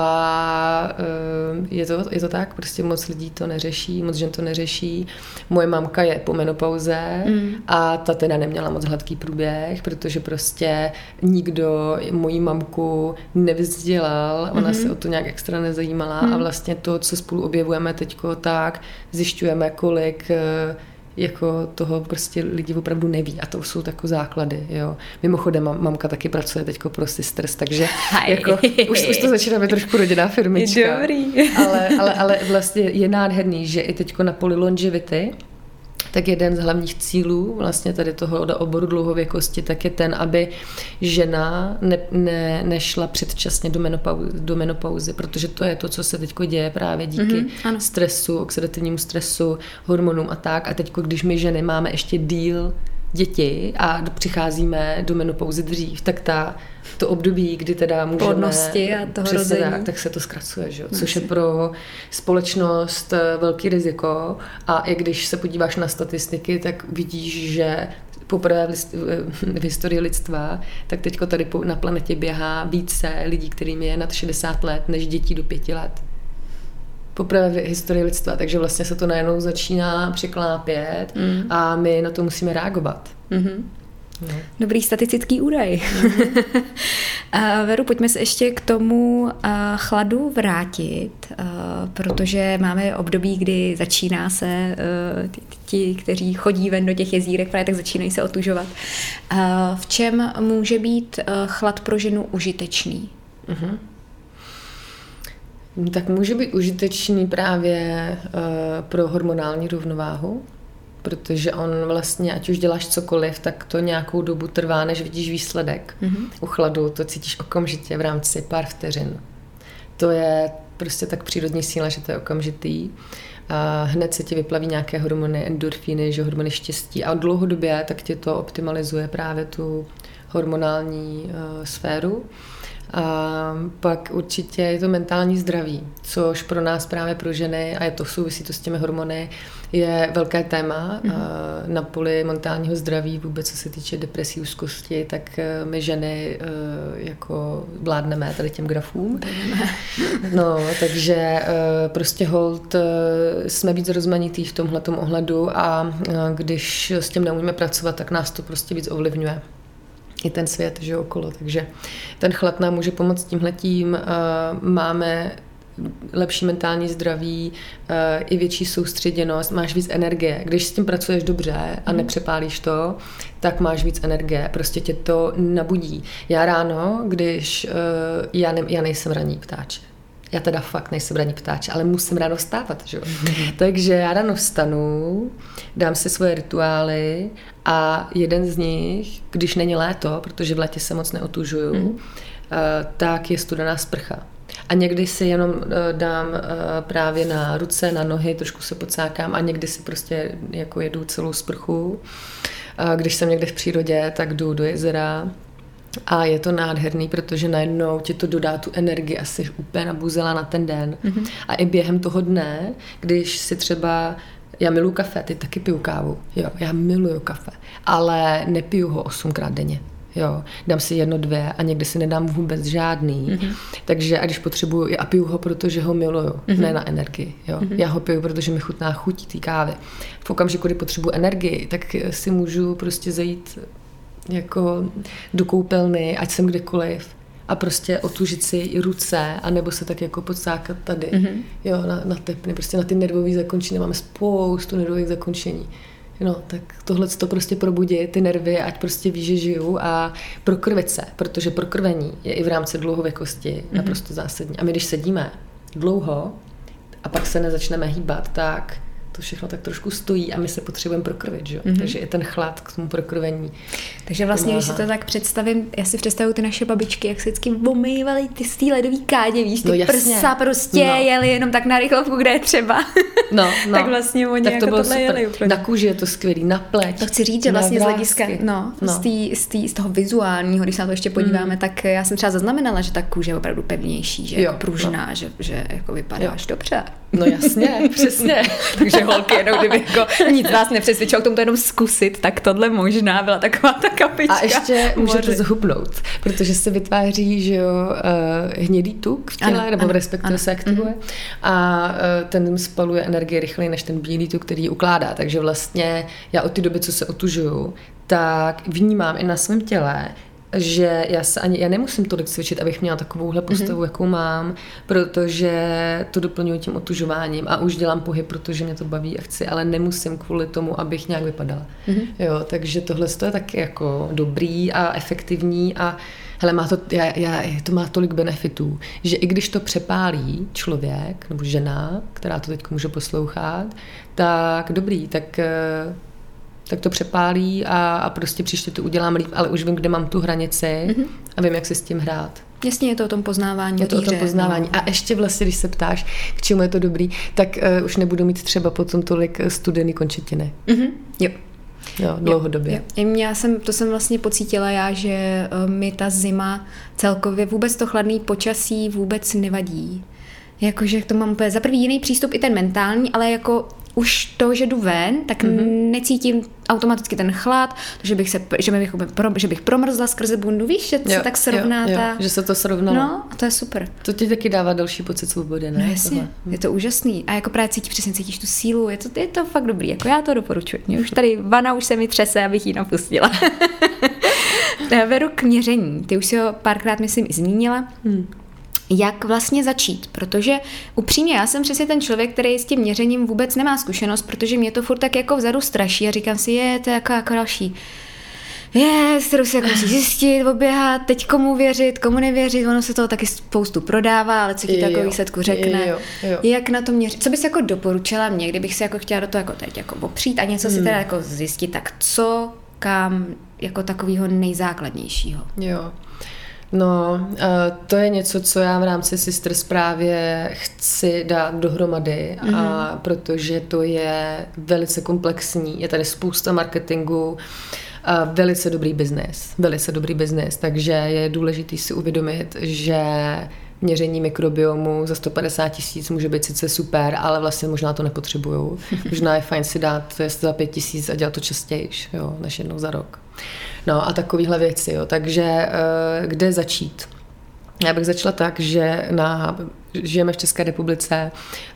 Speaker 1: a je to tak, prostě moc lidí to neřeší, moc žen to neřeší. Moje mamka je po menopauze a ta teda neměla moc hladký průběh, protože prostě nikdo moji mamku nevzdělal, ona se o to nějak extra nezajímala a vlastně to, co spolu objevujeme teďko, tak zjišťujeme, kolik jako toho prostě lidi opravdu neví a to jsou takové základy, jo. Mimochodem, mamka taky pracuje teďko pro Sisters, takže jako, už to začíná být trošku rodinná firmička.
Speaker 2: Dobrý.
Speaker 1: Ale vlastně je nádherný, že i teďko na poli longevity, tak jeden z hlavních cílů vlastně tady toho oboru dlouhověkosti, tak je ten, aby žena nešla předčasně do menopauzy, protože to je to, co se teďko děje právě díky stresu, oxidativnímu stresu, hormonům a tak. A teďko, když my ženy máme ještě díl děti a přicházíme do menopauzy dřív, tak to období, kdy teda můžeme...
Speaker 2: Plodnosti a toho rození.
Speaker 1: Tak se to zkracuje, že? Což je pro společnost velký riziko a i když se podíváš na statistiky, tak vidíš, že poprvé v historii lidstva, tak teďko tady na planetě běhá více lidí, kterým je nad 60 let, než dětí do 5 let. Poprvé v historii lidstva, takže vlastně se to najednou začíná překlápět a my na to musíme reagovat.
Speaker 2: No. Dobrý statistický údaj. Veru, pojďme se ještě k tomu chladu vrátit, protože máme období, kdy začíná se ti, kteří chodí ven do těch jezírek, právě tak začínají se otužovat. V čem může být chlad pro ženu užitečný?
Speaker 1: Tak může být užitečný právě pro hormonální rovnováhu, protože on vlastně, ať už děláš cokoliv, tak to nějakou dobu trvá, než vidíš výsledek. U chladu to cítíš okamžitě v rámci pár vteřin. To je prostě tak přírodní síla, že to je okamžitý. A hned se ti vyplaví nějaké hormony, endorfíny, že hormony štěstí a dlouhodobě tak ti to optimalizuje právě tu hormonální sféru. A pak určitě je to mentální zdraví, což pro nás právě pro ženy, a je to souvisí to s těmi hormony, je velké téma na poli mentálního zdraví, vůbec co se týče depresí, úzkosti, tak my ženy jako vládneme tady těm grafům. No, takže prostě hold jsme víc rozmanitý v tomhletom ohledu a když s tím neumíme pracovat, tak nás to prostě víc ovlivňuje. I ten svět, že okolo, takže ten chlad nám může pomoct tímhletím, máme lepší mentální zdraví, i větší soustředěnost, máš víc energie. Když s tím pracuješ dobře a nepřepálíš to, tak máš víc energie, prostě tě to nabudí. Já ráno, když já nejsem ranní ptáč. Já teda fakt nejsem ranní ptáč, ale musím ráno vstávat, že jo. Takže já ráno vstanu, dám si svoje rituály a jeden z nich, když není léto, protože v létě se moc neotužuju, tak je studená sprcha. A někdy si jenom dám právě na ruce, na nohy, trošku se pocákám a někdy si prostě jako jedu celou sprchu. Když jsem někde v přírodě, tak jdu do jezera. A je to nádherný, protože najednou ti to dodá tu energii a jsi úplně nabuzela na ten den. A i během toho dne, když si třeba, já miluji kafe, ty taky piju kávu, jo, já miluju kafe, ale nepiju ho 8krát denně. Jo, dám si 1, 2 a někdy si nedám vůbec žádný. Takže a když potřebuju, a piju ho, protože ho miluju, ne na energii. Jo. Já ho piju, protože mi chutná chuť té kávy. V okamžiku, kdy potřebuju energii, tak si můžu prostě zajít jako do koupelny, ať jsem kdekoliv a prostě otužit si ruce a nebo se tak jako podsákat tady, jo, na tepny, prostě na ty nervové zakončení, máme spoustu nervových zakončení. No, tak tohle to prostě probudí ty nervy, ať prostě víš, že žiju a prokrvit se, protože prokrvení je i v rámci dlouhověkosti naprosto zásadní. A my, když sedíme dlouho a pak se nezačneme hýbat, tak to všechno tak trošku stojí a my se potřebujeme prokrvit, že? Takže je ten chlad k tomu prokrvení.
Speaker 2: Takže vlastně, když si to tak představím, já si představuju ty naše babičky, jak se vždycky omývaly ty z té ledový kádě, víš, ty prsa prostě jeli jenom tak na rychlovku, kde je třeba. Tak vlastně oni tak to jako tohle jeli úplně.
Speaker 1: Na kůži je to skvělý, na pleť.
Speaker 2: To chci říct, že vlastně z hlediska, z toho vizuálního, když se na to ještě podíváme, tak já jsem třeba zaznamenala, že ta kůže je opravdu pevnější, že jako pružná, že jako vypadáš dobře.
Speaker 1: No jasně, přesně.
Speaker 2: Takže holky, jenom kdyby jako nic vás nepřesvědčilo k tomu to jenom zkusit, tak tohle možná byla taková ta kapička.
Speaker 1: A ještě můžete zhubnout, protože se vytváří, že jo, hnědý tuk v těle, nebo respektive se aktivuje a ten spaluje energii rychleji než ten bílý tuk, který ji ukládá. Takže vlastně já od té doby, co se otužuju, tak vnímám i na svém těle, že já nemusím tolik cvičit, abych měla takovouhle postavu, jakou mám, protože to doplňuji tím otužováním a už dělám pohyb, protože mě to baví a chci, ale nemusím kvůli tomu, abych nějak vypadala. Jo, takže tohle je taky jako dobrý a efektivní a hele, to má tolik benefitů, že i když to přepálí člověk nebo žena, která to teď může poslouchat, tak dobrý, tak to přepálí a prostě příště to udělám líp, ale už vím, kde mám tu hranici a vím, jak se s tím hrát.
Speaker 2: Jasně, je to o tom poznávání.
Speaker 1: Je to o tom poznávání. No. A ještě vlastně, když se ptáš, k čemu je to dobrý, tak už nebudu mít třeba potom tolik studený končetiny. Jo, dlouhodobě.
Speaker 2: To jsem vlastně pocítila já, že mi ta zima celkově vůbec to chladný počasí vůbec nevadí. Jakože k tomu mám úplně za první jiný přístup, i ten mentální, ale jako už to, že jdu ven, tak necítím automaticky ten chlad, že bych promrzla skrze bundu, víš, že se tak srovná
Speaker 1: že se to srovnalo.
Speaker 2: No, a to je super.
Speaker 1: To ti taky dává další pocit svobody, ne?
Speaker 2: No jasně, je to úžasný. A jako právě přesně cítíš tu sílu, je to fakt dobrý, jako já to doporučuji. Mě už tady vana už se mi třese, abych ji napustila. Veru k měření, ty už si ho párkrát, myslím, i zmínila. Jak vlastně začít, protože upřímně já jsem přesně ten člověk, který s tím měřením vůbec nemá zkušenost, protože mě to furt tak jako vzadu straší a říkám si, to je jako další kterou si jako musí zjistit, oběhat, teď komu věřit, komu nevěřit, ono se toho taky spoustu prodává, ale co ti takový výsledku řekne, jak na to měřit. Co bys jako doporučila mě, kdybych si jako chtěla do toho jako teď jako opřít a něco si teda jako zjistit, tak co, kam, jako takového nejzákladnějšího?
Speaker 1: Jo. No, to je něco, co já v rámci Sisters právě chci dát dohromady, a protože to je velice komplexní, je tady spousta marketingu, velice dobrý biznes, takže je důležitý si uvědomit, že měření mikrobiomu za 150 000 může být sice super, ale vlastně možná to nepotřebujou. Možná je fajn si dát test za 5 000 a dělat to častěji, jo, než jednou za rok. No a takovýhle věci, jo. Takže kde začít? Já bych začala tak, že žijeme v České republice,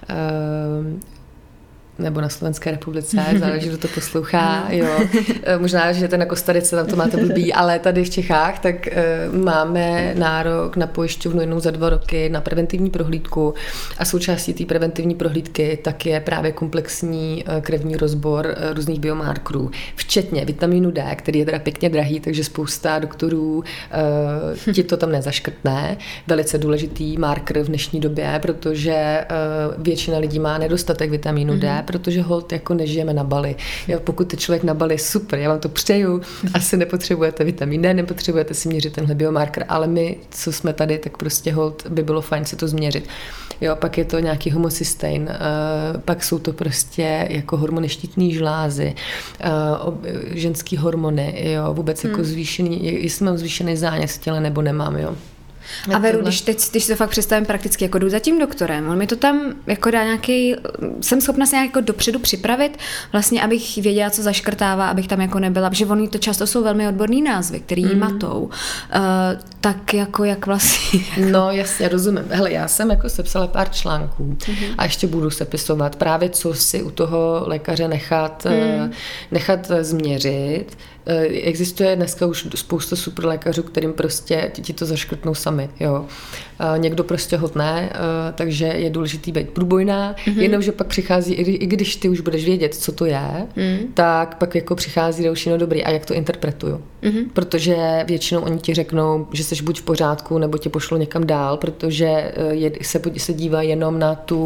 Speaker 1: nebo na Slovenské republice, záleží, kdo to poslouchá, jo. Možná, že ten na Kostarice, tam to máte blbý, ale tady v Čechách, tak máme nárok na pojišťovnu jednou za 2 roky na preventivní prohlídku a součástí té preventivní prohlídky tak je právě komplexní krevní rozbor různých biomarkerů, včetně vitamínu D, který je teda pěkně drahý, takže spousta doktorů ti to tam nezaškrtne. Velice důležitý marker v dnešní době, protože většina lidí má nedostatek vitamínu D, protože holt jako nežijeme na Bali. Pokud je člověk na Bali, super, já vám to přeju, asi nepotřebujete vitamin D, nepotřebujete si měřit tenhle biomarker, ale my, co jsme tady, tak prostě holt by bylo fajn si to změřit. Jo, pak je to nějaký homocystein, pak jsou to prostě jako hormony štítné žlázy, ženský hormony, jo, vůbec jako zvýšený, jestli mám zvýšený zánět v těle nebo nemám, jo.
Speaker 2: A Veru, když si to fakt představím prakticky, jako jdu za tím doktorem, on mi to tam jako dá nějaký, jsem schopna se nějak jako dopředu připravit, vlastně abych věděla, co zaškrtává, abych tam jako nebyla, protože oni to často jsou velmi odborný názvy, který matou, tak jako jak vlastně.
Speaker 1: No jasně, rozumím. Hele, já jsem jako sepsala pár článků a ještě budu sepisovat právě, co si u toho lékaře nechat změřit. Existuje dneska už spousta superlékařů, kterým prostě ti to zaškrtnou sami, jo. Někdo prostě hotné, takže je důležitý být průbojná, jenomže pak přichází, i když ty už budeš vědět, co to je, tak pak jako přichází další, no dobrý, a jak to interpretuju. Protože většinou oni ti řeknou, že jsi buď v pořádku, nebo tě pošlo někam dál, protože se dívá jenom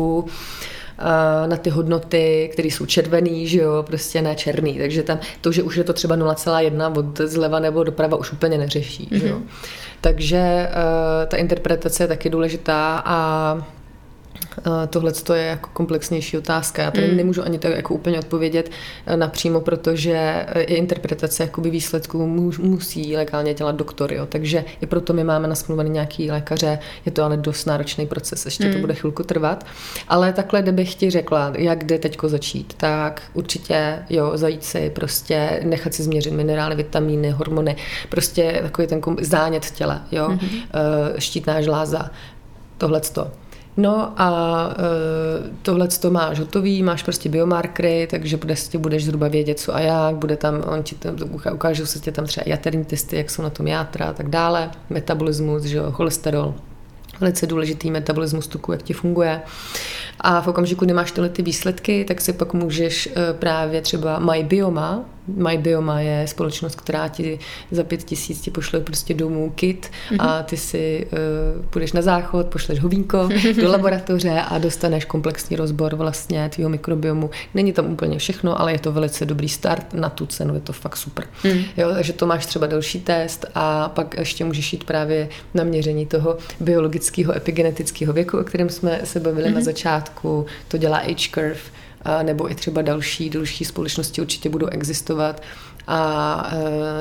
Speaker 1: na ty hodnoty, které jsou červený, že jo, prostě ne černý, takže tam to, že už je to třeba 0,1 od zleva nebo doprava, už úplně neřeší, že jo. Takže ta interpretace je taky důležitá a tohle je jako komplexnější otázka. Já tady nemůžu ani tak jako úplně odpovědět napřímo, protože i interpretace jakoby výsledků musí legálně dělat doktor, jo. Takže i proto my máme nasmluvaný nějaký lékaře, je to ale dost náročný proces, ještě to bude chvilku trvat. Ale takhle, kdybych ti řekla, jak jde teďko začít, tak určitě jo, zajít si prostě, nechat si změřit minerály, vitamíny, hormony, prostě takový ten zánět v těle, jo, štítná žláza, tohleto. No a tohleto máš hotový, máš prostě biomarkery, takže budeš zhruba vědět, co a jak, bude tam, ukážou se tě tam třeba jaterní testy, jak jsou na tom játra a tak dále, metabolismus, že jo, cholesterol, velice důležitý metabolismus tuku, jak ti funguje. A v okamžiku, kdy máš tyhle ty výsledky, tak si pak můžeš právě třeba MyBioma je společnost, která ti za 5 000 ti pošle prostě domů kit a ty si půjdeš na záchod, pošleš hovínko do laboratoře a dostaneš komplexní rozbor vlastně tvýho mikrobiomu. Není tam úplně všechno, ale je to velice dobrý start na tu cenu, je to fakt super. Jo, takže to máš třeba další test a pak ještě můžeš jít právě na měření toho biologického epigenetického věku, o kterém jsme se bavili na začátku. To dělá H-Curve, nebo i třeba další společnosti určitě budou existovat a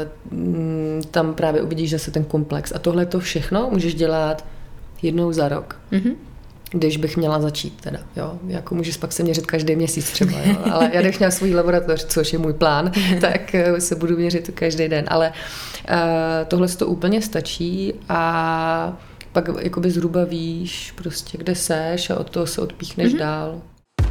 Speaker 1: tam právě uvidíš zase ten komplex. A tohle to všechno můžeš dělat jednou za rok. Když bych měla začít teda, jo. Jako můžeš pak se měřit každý měsíc třeba, jo. Ale já když měla svůj laboratoř, což je můj plán, tak se budu měřit každý den. Ale tohle to úplně stačí a pak jakoby zhruba víš prostě, kde seš a od toho se odpíchneš dál.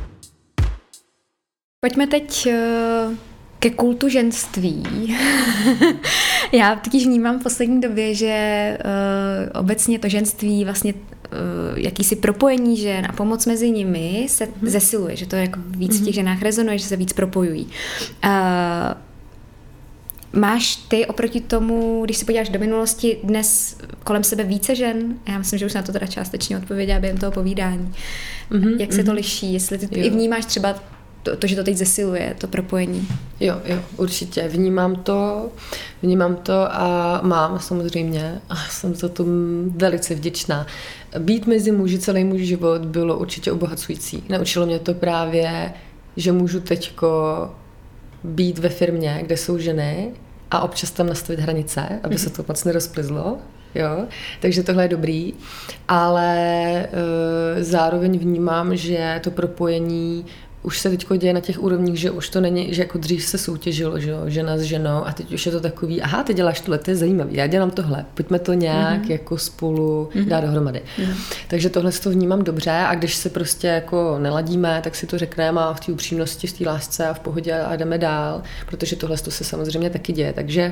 Speaker 2: Pojďme teď ke kultu ženství. Já totiž vnímám v poslední době, že obecně to ženství vlastně jakýsi propojení žen a pomoc mezi nimi se zesiluje, že to jako víc v těch ženách rezonuje, že se víc propojují. Máš ty oproti tomu, když se podíváš do minulosti, dnes kolem sebe více žen? Já myslím, že už na to teda částečně odpověděla během toho povídání. Jak se to liší? Jestli ty i vnímáš třeba to, že to teď zesiluje, to propojení?
Speaker 1: Jo, určitě. Vnímám to a mám samozřejmě a jsem za to velice vděčná. Být mezi muži celý můj život bylo určitě obohacující. Naučilo mě to právě, že můžu teďko být ve firmě, kde jsou ženy a občas tam nastavit hranice, aby se to moc nerozplizlo. Jo? Takže tohle je dobrý, ale zároveň vnímám, že to propojení už se teďko děje na těch úrovních, že už to není, že jako dřív se soutěžilo, že jo, žena s ženou a teď už je to takový, aha, ty děláš tohle, to je zajímavý, já dělám tohle, pojďme to nějak jako spolu dát dohromady. Takže tohle si to vnímám dobře a když se prostě jako neladíme, tak si to řekneme a v té upřímnosti, v té lásce a v pohodě a jdeme dál, protože tohle se samozřejmě taky děje, takže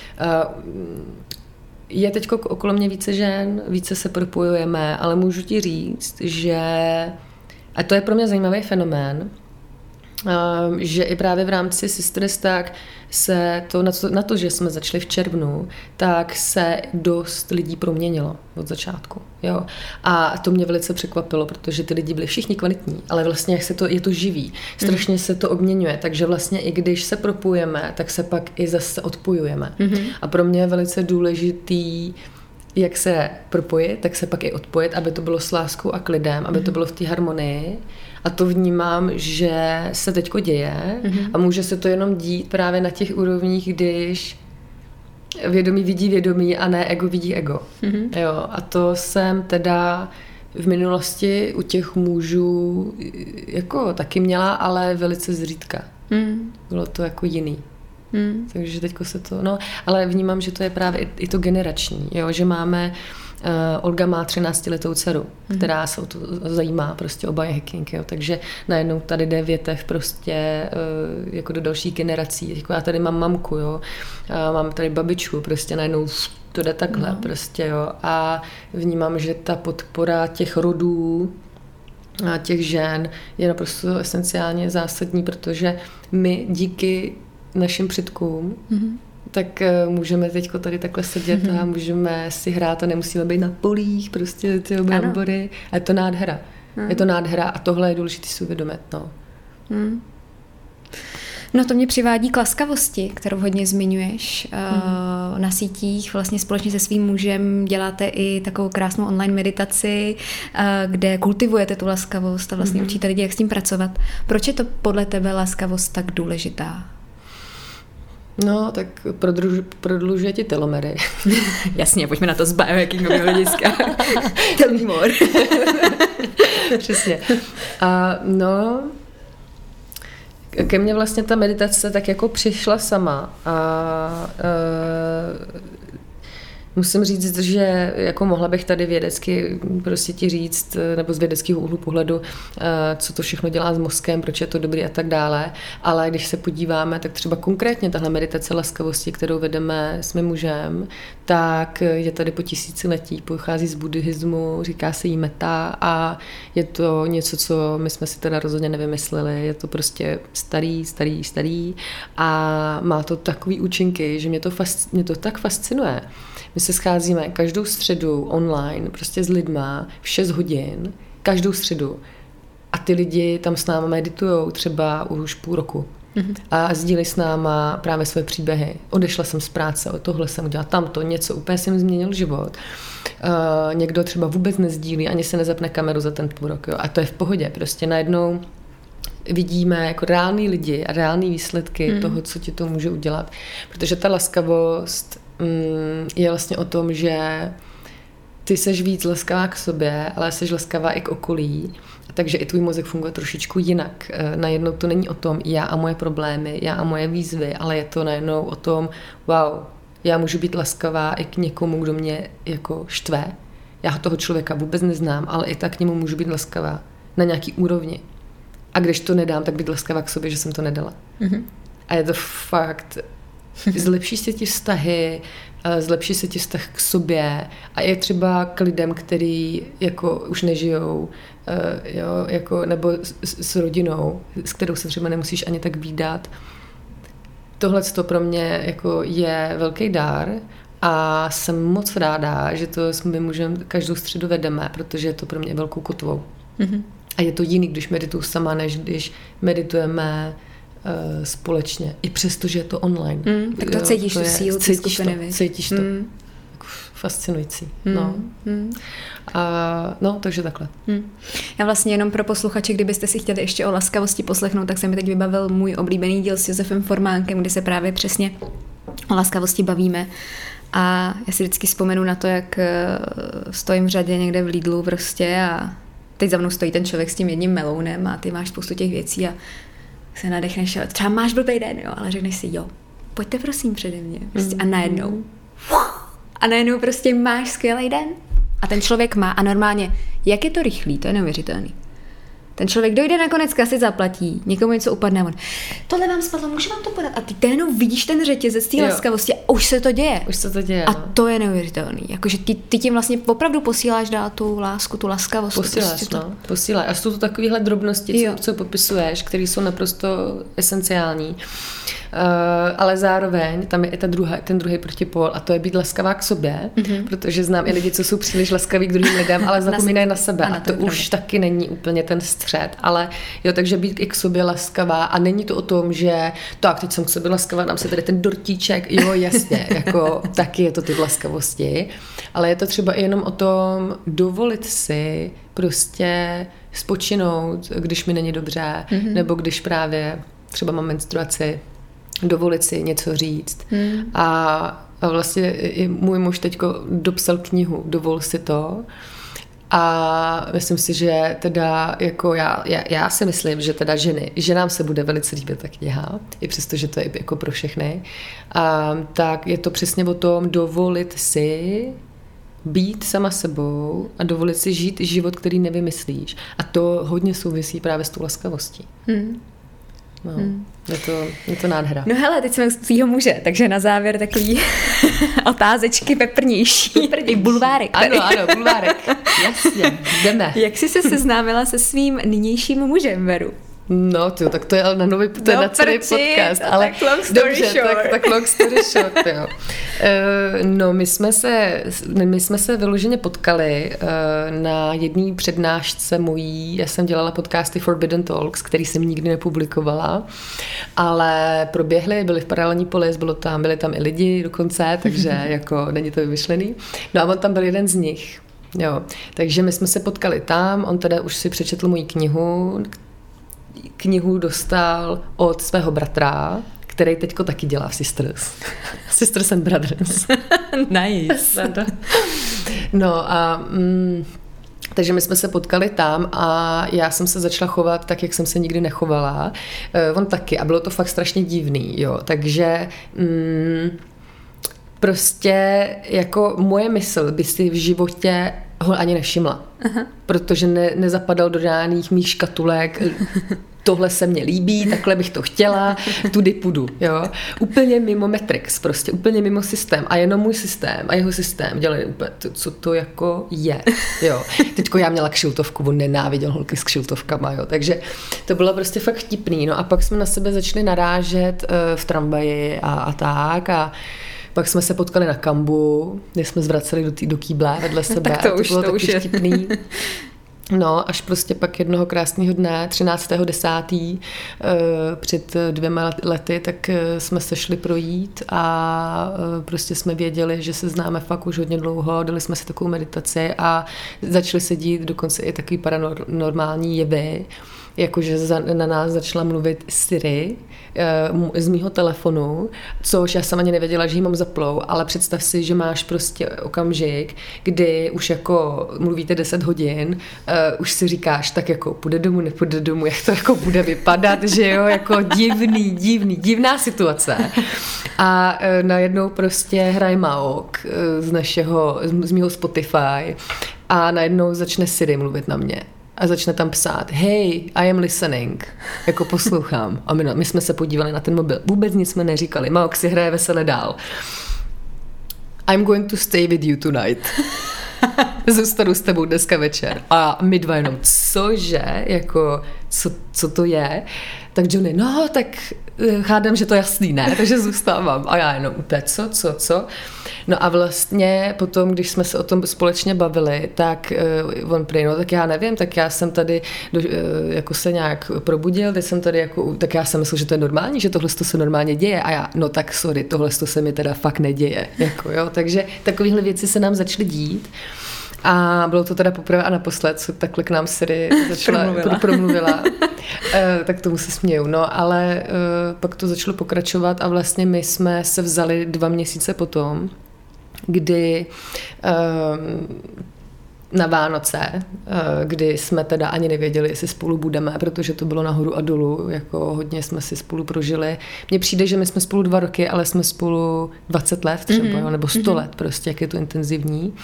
Speaker 1: je teď okolo mě více žen, více se propojujeme, ale můžu ti říct, že a to je pro mě zajímavý fenomén, že i právě v rámci Sisters tak se to na to, že jsme začali v červnu, tak se dost lidí proměnilo od začátku. Jo? A to mě velice překvapilo, protože ty lidi byli všichni kvalitní, ale vlastně je to živý. Strašně se to obměňuje, takže vlastně i když se propojujeme, tak se pak i zase odpojujeme. A pro mě je velice důležitý jak se propojit, tak se pak i odpojit, aby to bylo s láskou a klidem, aby to bylo v té harmonii. A to vnímám, že se teďko děje a může se to jenom dít právě na těch úrovních, když vědomí vidí vědomí a ne ego vidí ego. Jo, a to jsem teda v minulosti u těch mužů jako taky měla, ale velice zřídka. Bylo to jako jiný. Takže teďko se to, no, ale vnímám, že to je právě i to generační, jo, že máme, Olga má 13letou dceru, která se o to zajímá, prostě oba je hacking, jo, takže najednou tady jde větev prostě jako do dalších generací, jako já tady mám mamku, jo, a mám tady babičku, prostě najednou to jde takhle, prostě, jo, a vnímám, že ta podpora těch rodů a těch žen je naprosto esenciálně zásadní, protože my díky našim předkům, tak můžeme teďko tady takhle sedět a můžeme si hrát a nemusíme být na polích, prostě ty brambory. A je to nádhera. Je to nádhera a tohle je důležité si uvědomit. No.
Speaker 2: No to mě přivádí k laskavosti, kterou hodně zmiňuješ. Na sítích vlastně společně se svým mužem děláte i takovou krásnou online meditaci, kde kultivujete tu laskavost a vlastně učíte lidi, jak s tím pracovat. Proč je to podle tebe laskavost tak důležitá?
Speaker 1: No, tak prodlužuje ti telomery.
Speaker 2: Jasně, pojďme na to z biohackingového hlediska. Tell me more.
Speaker 1: Přesně. A no, ke mně vlastně ta meditace tak jako přišla sama a musím říct, že jako mohla bych tady vědecky prostě ti říct, nebo z vědeckého úhlu pohledu, co to všechno dělá s mozkem, proč je to dobrý a tak dále, ale když se podíváme, tak třeba konkrétně tahle meditace laskavosti, kterou vedeme s mým mužem, tak je tady po tisíciletí, pochází z buddhismu, říká se jí meta a je to něco, co my jsme si teda rozhodně nevymysleli, je to prostě starý a má to takový účinky, že mě to tak fascinuje. My se scházíme každou středu online, prostě s lidma v 6 hodin, každou středu. A ty lidi tam s náma meditujou třeba už půl roku. A sdílí s náma právě své příběhy. Odešla jsem z práce, o tohle jsem udělala tamto, něco, úplně jsem změnil život. Někdo třeba vůbec nezdílí, ani se nezapne kameru za ten půl rok. Jo. A to je v pohodě, prostě najednou vidíme jako reální lidi a reální výsledky toho, co ti to může udělat. Protože ta laskavost je vlastně o tom, že ty seš víc laskavá k sobě, ale seš laskavá i k okolí, takže i tvůj mozek funguje trošičku jinak. Najednou to není o tom já a moje problémy, já a moje výzvy, ale je to najednou o tom, wow, já můžu být laskavá i k někomu, kdo mě jako štve. Já toho člověka vůbec neznám, ale i tak k němu můžu být laskavá na nějaký úrovni. A když to nedám, tak být laskavá k sobě, že jsem to nedala. A je to fakt, zlepší se ti vztahy, zlepší se ti vztah k sobě a je třeba k lidem, který jako už nežijou, jo, jako, nebo s rodinou, s kterou se třeba nemusíš ani tak vídat. tohleto pro mě jako je velký dár a jsem moc ráda, že to s mým mužem každou středu vedeme, protože je to pro mě velkou kotvou. A je to jiný, když medituju sama, než když meditujeme společně. I přesto, že je to online.
Speaker 2: Tak to cítíš tu sílu té skupiny.
Speaker 1: Cítíš to. Fascinující. Takže takhle.
Speaker 2: Já vlastně jenom pro posluchače, kdybyste si chtěli ještě o laskavosti poslechnout, tak se mi teď vybavil můj oblíbený díl s Josefem Formánkem, kdy se právě přesně o laskavosti bavíme. A já si vždycky vzpomenu na to, jak stojím v řadě někde v Lidlu prostě a teď za mnou stojí ten člověk s tím jedním melounem a ty máš spoustu těch věcí a se nadechneš, třeba máš blbej den, jo, ale řekneš si, jo, pojďte prosím přede mě. Prostě a najednou prostě máš skvělý den. A ten člověk má a normálně, jak je to rychlý, to je neuvěřitelný. Ten člověk dojde nakonec kasy, zaplatí, někomu něco upadne a on, tohle vám spadlo, můžu vám to podat? A ty jenom vidíš ten řetězec té laskavosti a už se to děje. A to je neuvěřitelný. Jakože ty tím vlastně opravdu posíláš dál tu lásku, tu laskavost.
Speaker 1: Posíláš. A jsou to takovéhle drobnosti, co popisuješ, které jsou naprosto esenciální. Ale zároveň tam je i ten druhý protipól a to je být laskavá k sobě, protože znám i lidi, co jsou příliš laskaví k druhým lidem, ale zapomínají na sebe a to už taky není úplně ten střed, ale takže být i k sobě laskavá a není to o tom, že tak, teď jsem k sobě laskavá, dám si tady ten dortíček, jasně, jako taky je to ty laskavosti, ale je to třeba i jenom o tom dovolit si prostě spočinout, když mi není dobře, nebo když právě třeba mám menstruaci, dovolit si něco říct. A vlastně i můj muž teďko dopsal knihu Dovol si to. A myslím si, že teda jako já si myslím, že teda ženám se bude velice líbit ta kniha, i přesto, že to je jako pro všechny. Tak je to přesně o tom dovolit si být sama sebou a dovolit si žít život, který nevymyslíš. A to hodně souvisí právě s tou laskavostí. Je to nádhera.
Speaker 2: No hele, teď jsme u svýho muže, takže na závěr takový otázečky peprnější. Bulvárek.
Speaker 1: Ano, bulvárek. Jasně, jdeme.
Speaker 2: Jak jsi se seznámila se svým nynějším mužem, Veru?
Speaker 1: No, tak to je ale to je na celý podcast. Ale
Speaker 2: tak long story short.
Speaker 1: Tak long story short, jo. No, my jsme se vyloženě potkali na jedné přednášce mojí. Já jsem dělala podcasty Forbidden Talks, který jsem nikdy nepublikovala, ale byly v paralelní polis, byli tam i lidi dokonce, takže jako není to vymyšlený. No a on tam byl jeden z nich. Jo. Takže my jsme se potkali tam, on teda už si přečetl moji knihu dostal od svého bratra, který teďko taky dělá v Sisters and Brothers.
Speaker 2: Nice.
Speaker 1: No a takže my jsme se potkali tam a já jsem se začala chovat tak, jak jsem se nikdy nechovala. On taky a bylo to fakt strašně divný, jo. Takže prostě jako moje mysl by si v životě ho ani nevšimla. Protože nezapadal do žádných mých škatulek, tohle se mně líbí, takhle bych to chtěla, tudy půjdu, jo. Úplně mimo Matrix, prostě úplně mimo systém a jenom můj systém a jeho systém dělali úplně, co to jako je, jo. Teďko já měla kšiltovku, on nenáviděl holky s kšiltovkama, jo, takže to bylo prostě fakt vtipný, no a pak jsme na sebe začali narážet v tramvaji a tak a pak jsme se potkali na kambu, kde jsme zvraceli do kýble vedle sebe.
Speaker 2: Tak to bylo
Speaker 1: taky vtipný. No, až prostě pak jednoho krásného dne, 13.10. Před 2 lety, tak jsme se šli projít a prostě jsme věděli, že se známe fakt už hodně dlouho, dali jsme si takovou meditaci a začaly se dít dokonce i takový paranormální jevy, jakože na nás začala mluvit Siri z mýho telefonu, což já jsem ani nevěděla, že jí mám zaplou, ale představ si, že máš prostě okamžik, kdy už jako mluvíte 10 hodin, už si říkáš, tak jako půjde domů, nepůjde domů, jak to jako bude vypadat, že jo, jako divná situace. A najednou prostě hraje Maok z mýho Spotify a najednou začne Siri mluvit na mě. A začne tam psát, hey, I am listening, jako poslouchám. A my jsme se podívali na ten mobil. Vůbec nic jsme neříkali. Maok si hraje vesele dál. I'm going to stay with you tonight. Zůstanu s tebou dneska večer. A my dva jenom, cože? Jako, co to je? Tak Johnny, no tak hádám, že to jasný, ne, takže zůstávám. A já jenom úplně co? No a vlastně potom, když jsme se o tom společně bavili, tak on prý, no tak já nevím, tak já jsem tady jako se nějak probudil, teď jsem tady jako, tak já jsem myslel, že to je normální, že tohle se normálně děje a já, no tak sorry, tohle se mi teda fakt neděje, jako jo, takže takovéhle věci se nám začaly dít. A bylo to teda poprvé a naposled, co takhle k nám Siri promluvila. Tak tomu se směju. No, ale pak to začalo pokračovat a vlastně my jsme se vzali 2 měsíce potom, kdy na Vánoce, kdy jsme teda ani nevěděli, jestli spolu budeme, protože to bylo nahoru a dolů, jako hodně jsme si spolu prožili. Mně přijde, že my jsme spolu 2 roky, ale jsme spolu 20 let třeba, nebo 100 let prostě, jak je to intenzivní.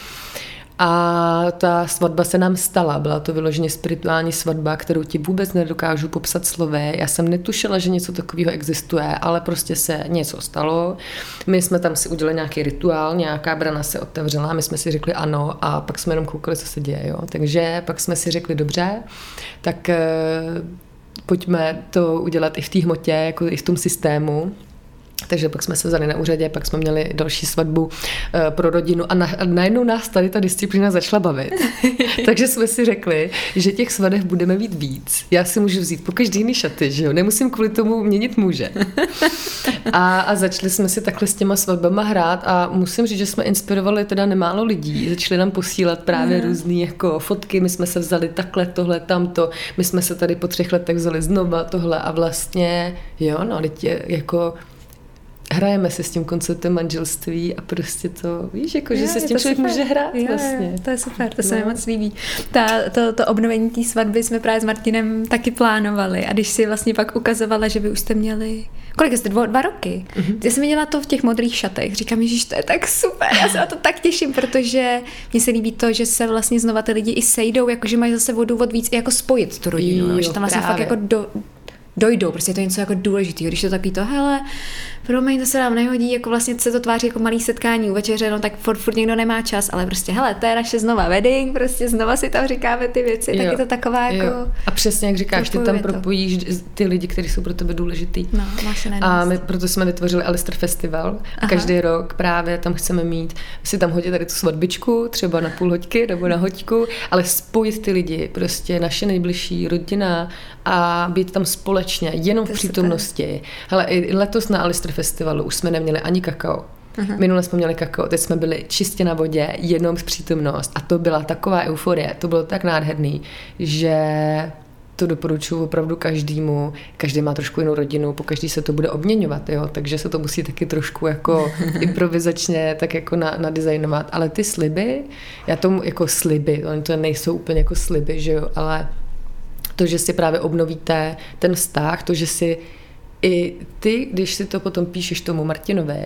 Speaker 1: A ta svatba se nám stala. Byla to vyloženě spirituální svatba, kterou ti vůbec nedokážu popsat slovy. Já jsem netušila, že něco takového existuje, ale prostě se něco stalo. My jsme tam si udělali nějaký rituál, nějaká brana se otevřela, my jsme si řekli ano a pak jsme jenom koukali, co se děje. Jo. Takže pak jsme si řekli dobře, tak pojďme to udělat i v té hmotě, jako i v tom systému. Takže pak jsme se vzali na úřadě, pak jsme měli další svatbu pro rodinu a najednou nás tady ta disciplína začala bavit. Takže jsme si řekli, že těch svadev budeme mít víc. Já si můžu vzít po každý jiný šaty, že jo? Nemusím kvůli tomu měnit muže. A začali jsme si takhle s těma svatbama hrát a musím říct, že jsme inspirovali teda nemálo lidí. Začali nám posílat právě různý jako fotky, my jsme se vzali takhle, tohle, tamto, my jsme se tady po 3 letech vzali znova tohle a vlastně, jo, no, teď je jako hrajeme se s tím konceptem manželství a prostě to, víš, jako, že se s tím člověk může hrát vlastně.
Speaker 2: To je super, to se mi moc líbí. To obnovení té svatby jsme právě s Martinem taky plánovali a když si vlastně pak ukazovala, že vy už jste měli, kolik jste, 2 roky? Ty jsi viděla to v těch modrých šatech, říkám, ježiš, to je tak super, já se na to tak těším, protože mně se líbí to, že se vlastně znova ty lidi i sejdou, jakože mají zase o důvod víc i jako spojit tu rodinu, že tam vlastně fakt jako dojdou, prostě je to něco jako důležitého, když to takový to, hele, promiň, to se nám nehodí, jako vlastně se to tváří jako malý setkání u večeře, no tak furt někdo nemá čas, ale prostě, hele, to je naše znova wedding, prostě znova si tam říkáme ty věci, tak je to taková jako... Jo.
Speaker 1: A přesně jak říkáš, ty tam propojíš ty lidi, kteří jsou pro tebe důležitý.
Speaker 2: No, máš se
Speaker 1: a my proto jsme vytvořili Alistair Festival. Každý rok právě tam chceme mít, si tam hodit tady tu svatbičku, třeba na půl hoďky nebo na hoďku, ale spojit ty lidi, prostě naše nejbližší rodina a být tam společně, jenom v přítomnosti. Hele, i letos na Alistair Festivalu už jsme neměli ani kakao. Minule jsme měli kakao, teď jsme byli čistě na vodě, jenom v přítomnost a to byla taková euforie, to bylo tak nádherný, že to doporučuji opravdu každému, každý má trošku jinou rodinu, po každý se to bude obměňovat, jo? Takže se to musí taky trošku jako improvizačně tak jako nadizajnovat, ale ty sliby, já tomu jako sliby, oni to nejsou úplně jako sliby, že jo, ale to, že si právě obnovíte ten vztah, to, že si i ty, když si to potom píšeš tomu Martinovi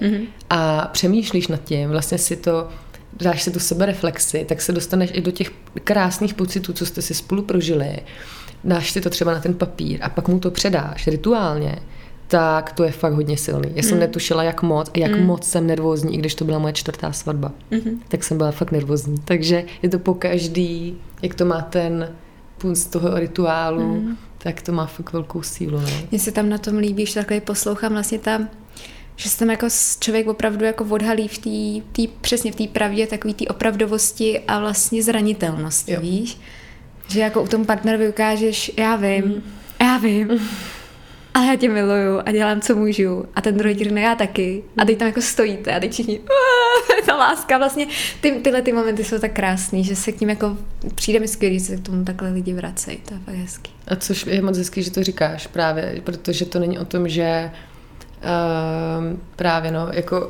Speaker 1: a přemýšlíš nad tím, vlastně si to, dáš si tu sebereflexi, tak se dostaneš i do těch krásných pocitů, co jste si spolu prožili, dáš si to třeba na ten papír a pak mu to předáš rituálně, tak to je fakt hodně silný. Já jsem netušila, jak moc a jak moc jsem nervózní, i když to byla moje 4. svatba. Tak jsem byla fakt nervózní. Takže je to po každý, jak to má ten z toho rituálu, tak to má fakt velkou sílu. Ne?
Speaker 2: Mně se tam na tom líbí, že takhle poslouchám vlastně tam, že se tam jako člověk opravdu jako odhalí přesně v té pravdě, takový té opravdovosti a vlastně zranitelnosti, víš? Že jako u tom partnerovi ukážeš, já vím, ale já tě miluju a dělám, co můžu. A ten druhý řekne, já taky. A teď tam jako stojíte a teď všichni, ta láska. Vlastně tyhle ty momenty jsou tak krásný, že se k ním jako přijde mi skvělý, že se k tomu takhle lidi vracejí. To je fakt hezký.
Speaker 1: A což je moc hezký, že to říkáš právě, protože to není o tom, že právě jako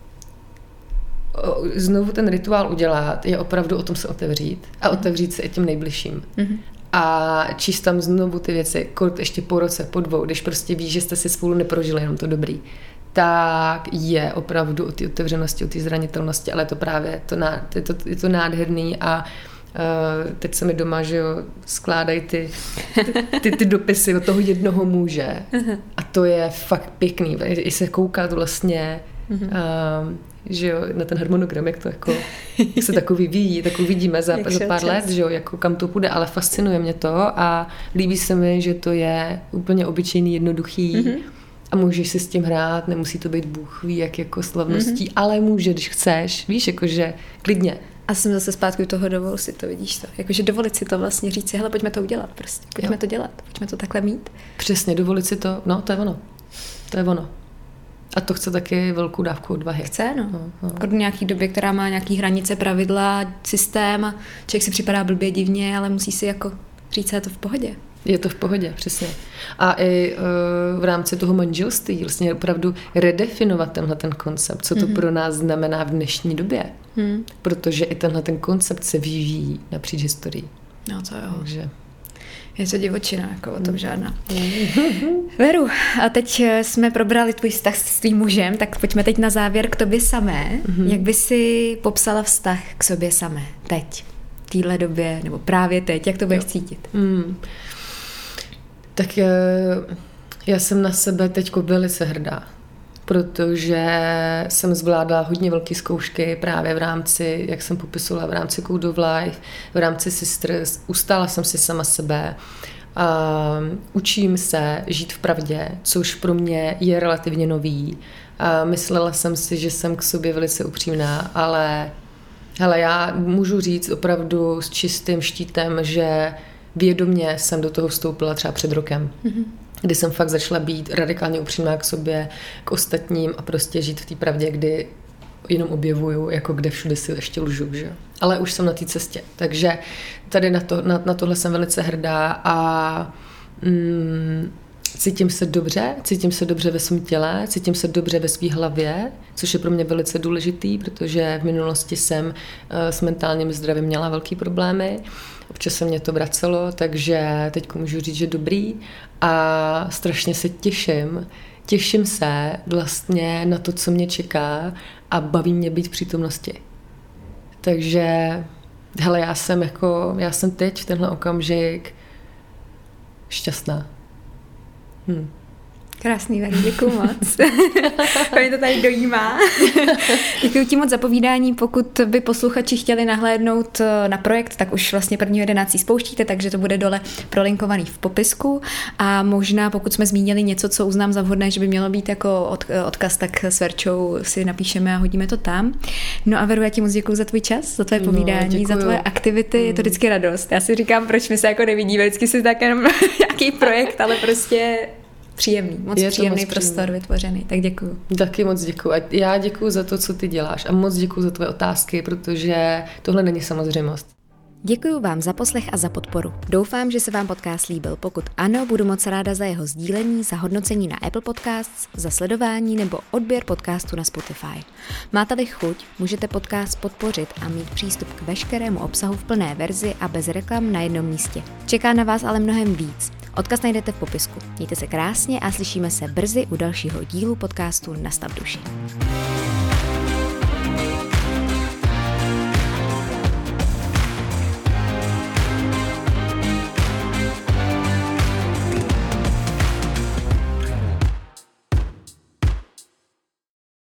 Speaker 1: znovu ten rituál udělat je opravdu o tom se otevřít a otevřít se i těm nejbližším. A číst tam znovu ty věci, ještě po roce, po 2, když prostě víš, že jste si spolu neprožili jenom to dobrý, tak je opravdu o té otevřenosti, o té zranitelnosti, ale to právě je to nádherný a teď se mi doma, že jo, skládají ty dopisy od toho jednoho muže a to je fakt pěkný, i se koukat vlastně, že jo, na ten harmonogram, jak se tak vyvíjí, tak uvidíme za pár let, že jo, jako kam to půjde, ale fascinuje mě to a líbí se mi, že to je úplně obyčejný, jednoduchý a můžeš si s tím hrát, nemusí to být bůh ví, jak jako slavností, ale může, když chceš, víš, jakože klidně.
Speaker 2: A jsem zase zpátky u toho, dovol si to, vidíš to. Jakože dovolit si to vlastně říct si, hele, pojďme to udělat prostě. Pojďme to dělat, pojďme to takhle mít.
Speaker 1: Přesně, dovolit si to, no to je ono. To je ono. A to chce taky velkou dávku odvahy.
Speaker 2: Chce, no. Od nějaký doby, která má nějaký hranice, pravidla, systém, člověk si připadá blbě divně, ale musí si jako říct, je to v pohodě.
Speaker 1: Je to v pohodě, přesně. A i v rámci toho manželství vlastně opravdu redefinovat tenhle ten koncept, co to pro nás znamená v dnešní době. Protože i tenhle ten koncept se vyvíjí napříč historií.
Speaker 2: No to jo.
Speaker 1: Takže
Speaker 2: je to divočina, jako o tom žádná. Veru, a teď jsme probrali tvůj vztah s tvým mužem, tak pojďme teď na závěr k tobě samé. Jak by si popsala vztah k sobě samé teď, v téhle době, nebo právě teď, jak to budeš cítit?
Speaker 1: Tak já jsem na sebe teď velice hrdá, protože jsem zvládla hodně velké zkoušky právě v rámci, jak jsem popisovala, v rámci Code of Life, v rámci Sisters. Ustála jsem si sama sebe. Učím se žít v pravdě, což pro mě je relativně nový. Myslela jsem si, že jsem k sobě velice upřímná, ale hele, já můžu říct opravdu s čistým štítem, že vědomě jsem do toho vstoupila třeba před rokem, kdy jsem fakt začala být radikálně upřímná k sobě, k ostatním a prostě žít v té pravdě, kdy jenom objevuju, jako kde všude si ještě lžu, že? Ale už jsem na té cestě, takže tady na tohle jsem velice hrdá a cítím se dobře ve svém těle, cítím se dobře ve své hlavě, což je pro mě velice důležitý, protože v minulosti jsem s mentálním zdravím měla velký problémy. Občas se mě to vracelo, takže teď můžu říct, že dobrý a strašně se těším se vlastně na to, co mě čeká a baví mě být v přítomnosti. Takže hele, já jsem teď v tenhle okamžik šťastná.
Speaker 2: Krásný, Veru, děkuju moc. Mě to tady dojímá. Děkuju ti moc za povídání. Pokud by posluchači chtěli nahlédnout na projekt, tak už vlastně 1.11. spouštíte, takže to bude dole prolinkovaný v popisku. A možná, pokud jsme zmínili něco, co uznám za vhodné, že by mělo být jako odkaz, tak s Verčou si napíšeme a hodíme to tam. No a Veru, já ti moc děkuju za tvůj čas, za tvoje povídání, za tvoje aktivity. Je to vždycky radost. Já si říkám, proč my se jako nevidíme, vždycky si tak jenom nějaký projekt, ale prostě příjemný, moc příjemný prostor vytvořený, tak děkuju.
Speaker 1: Taky moc děkuju. A já děkuju za to, co ty děláš a moc děkuju za tvoje otázky, protože tohle není samozřejmost.
Speaker 2: Děkuju vám za poslech a za podporu. Doufám, že se vám podcast líbil. Pokud ano, budu moc ráda za jeho sdílení, za hodnocení na Apple Podcasts, za sledování nebo odběr podcastu na Spotify. Máte-li chuť, můžete podcast podpořit a mít přístup k veškerému obsahu v plné verzi a bez reklam na jednom místě. Čeká na vás ale mnohem víc. Odkaz najdete v popisku. Mějte se krásně a slyšíme se brzy u dalšího dílu podcastu Nastav duši.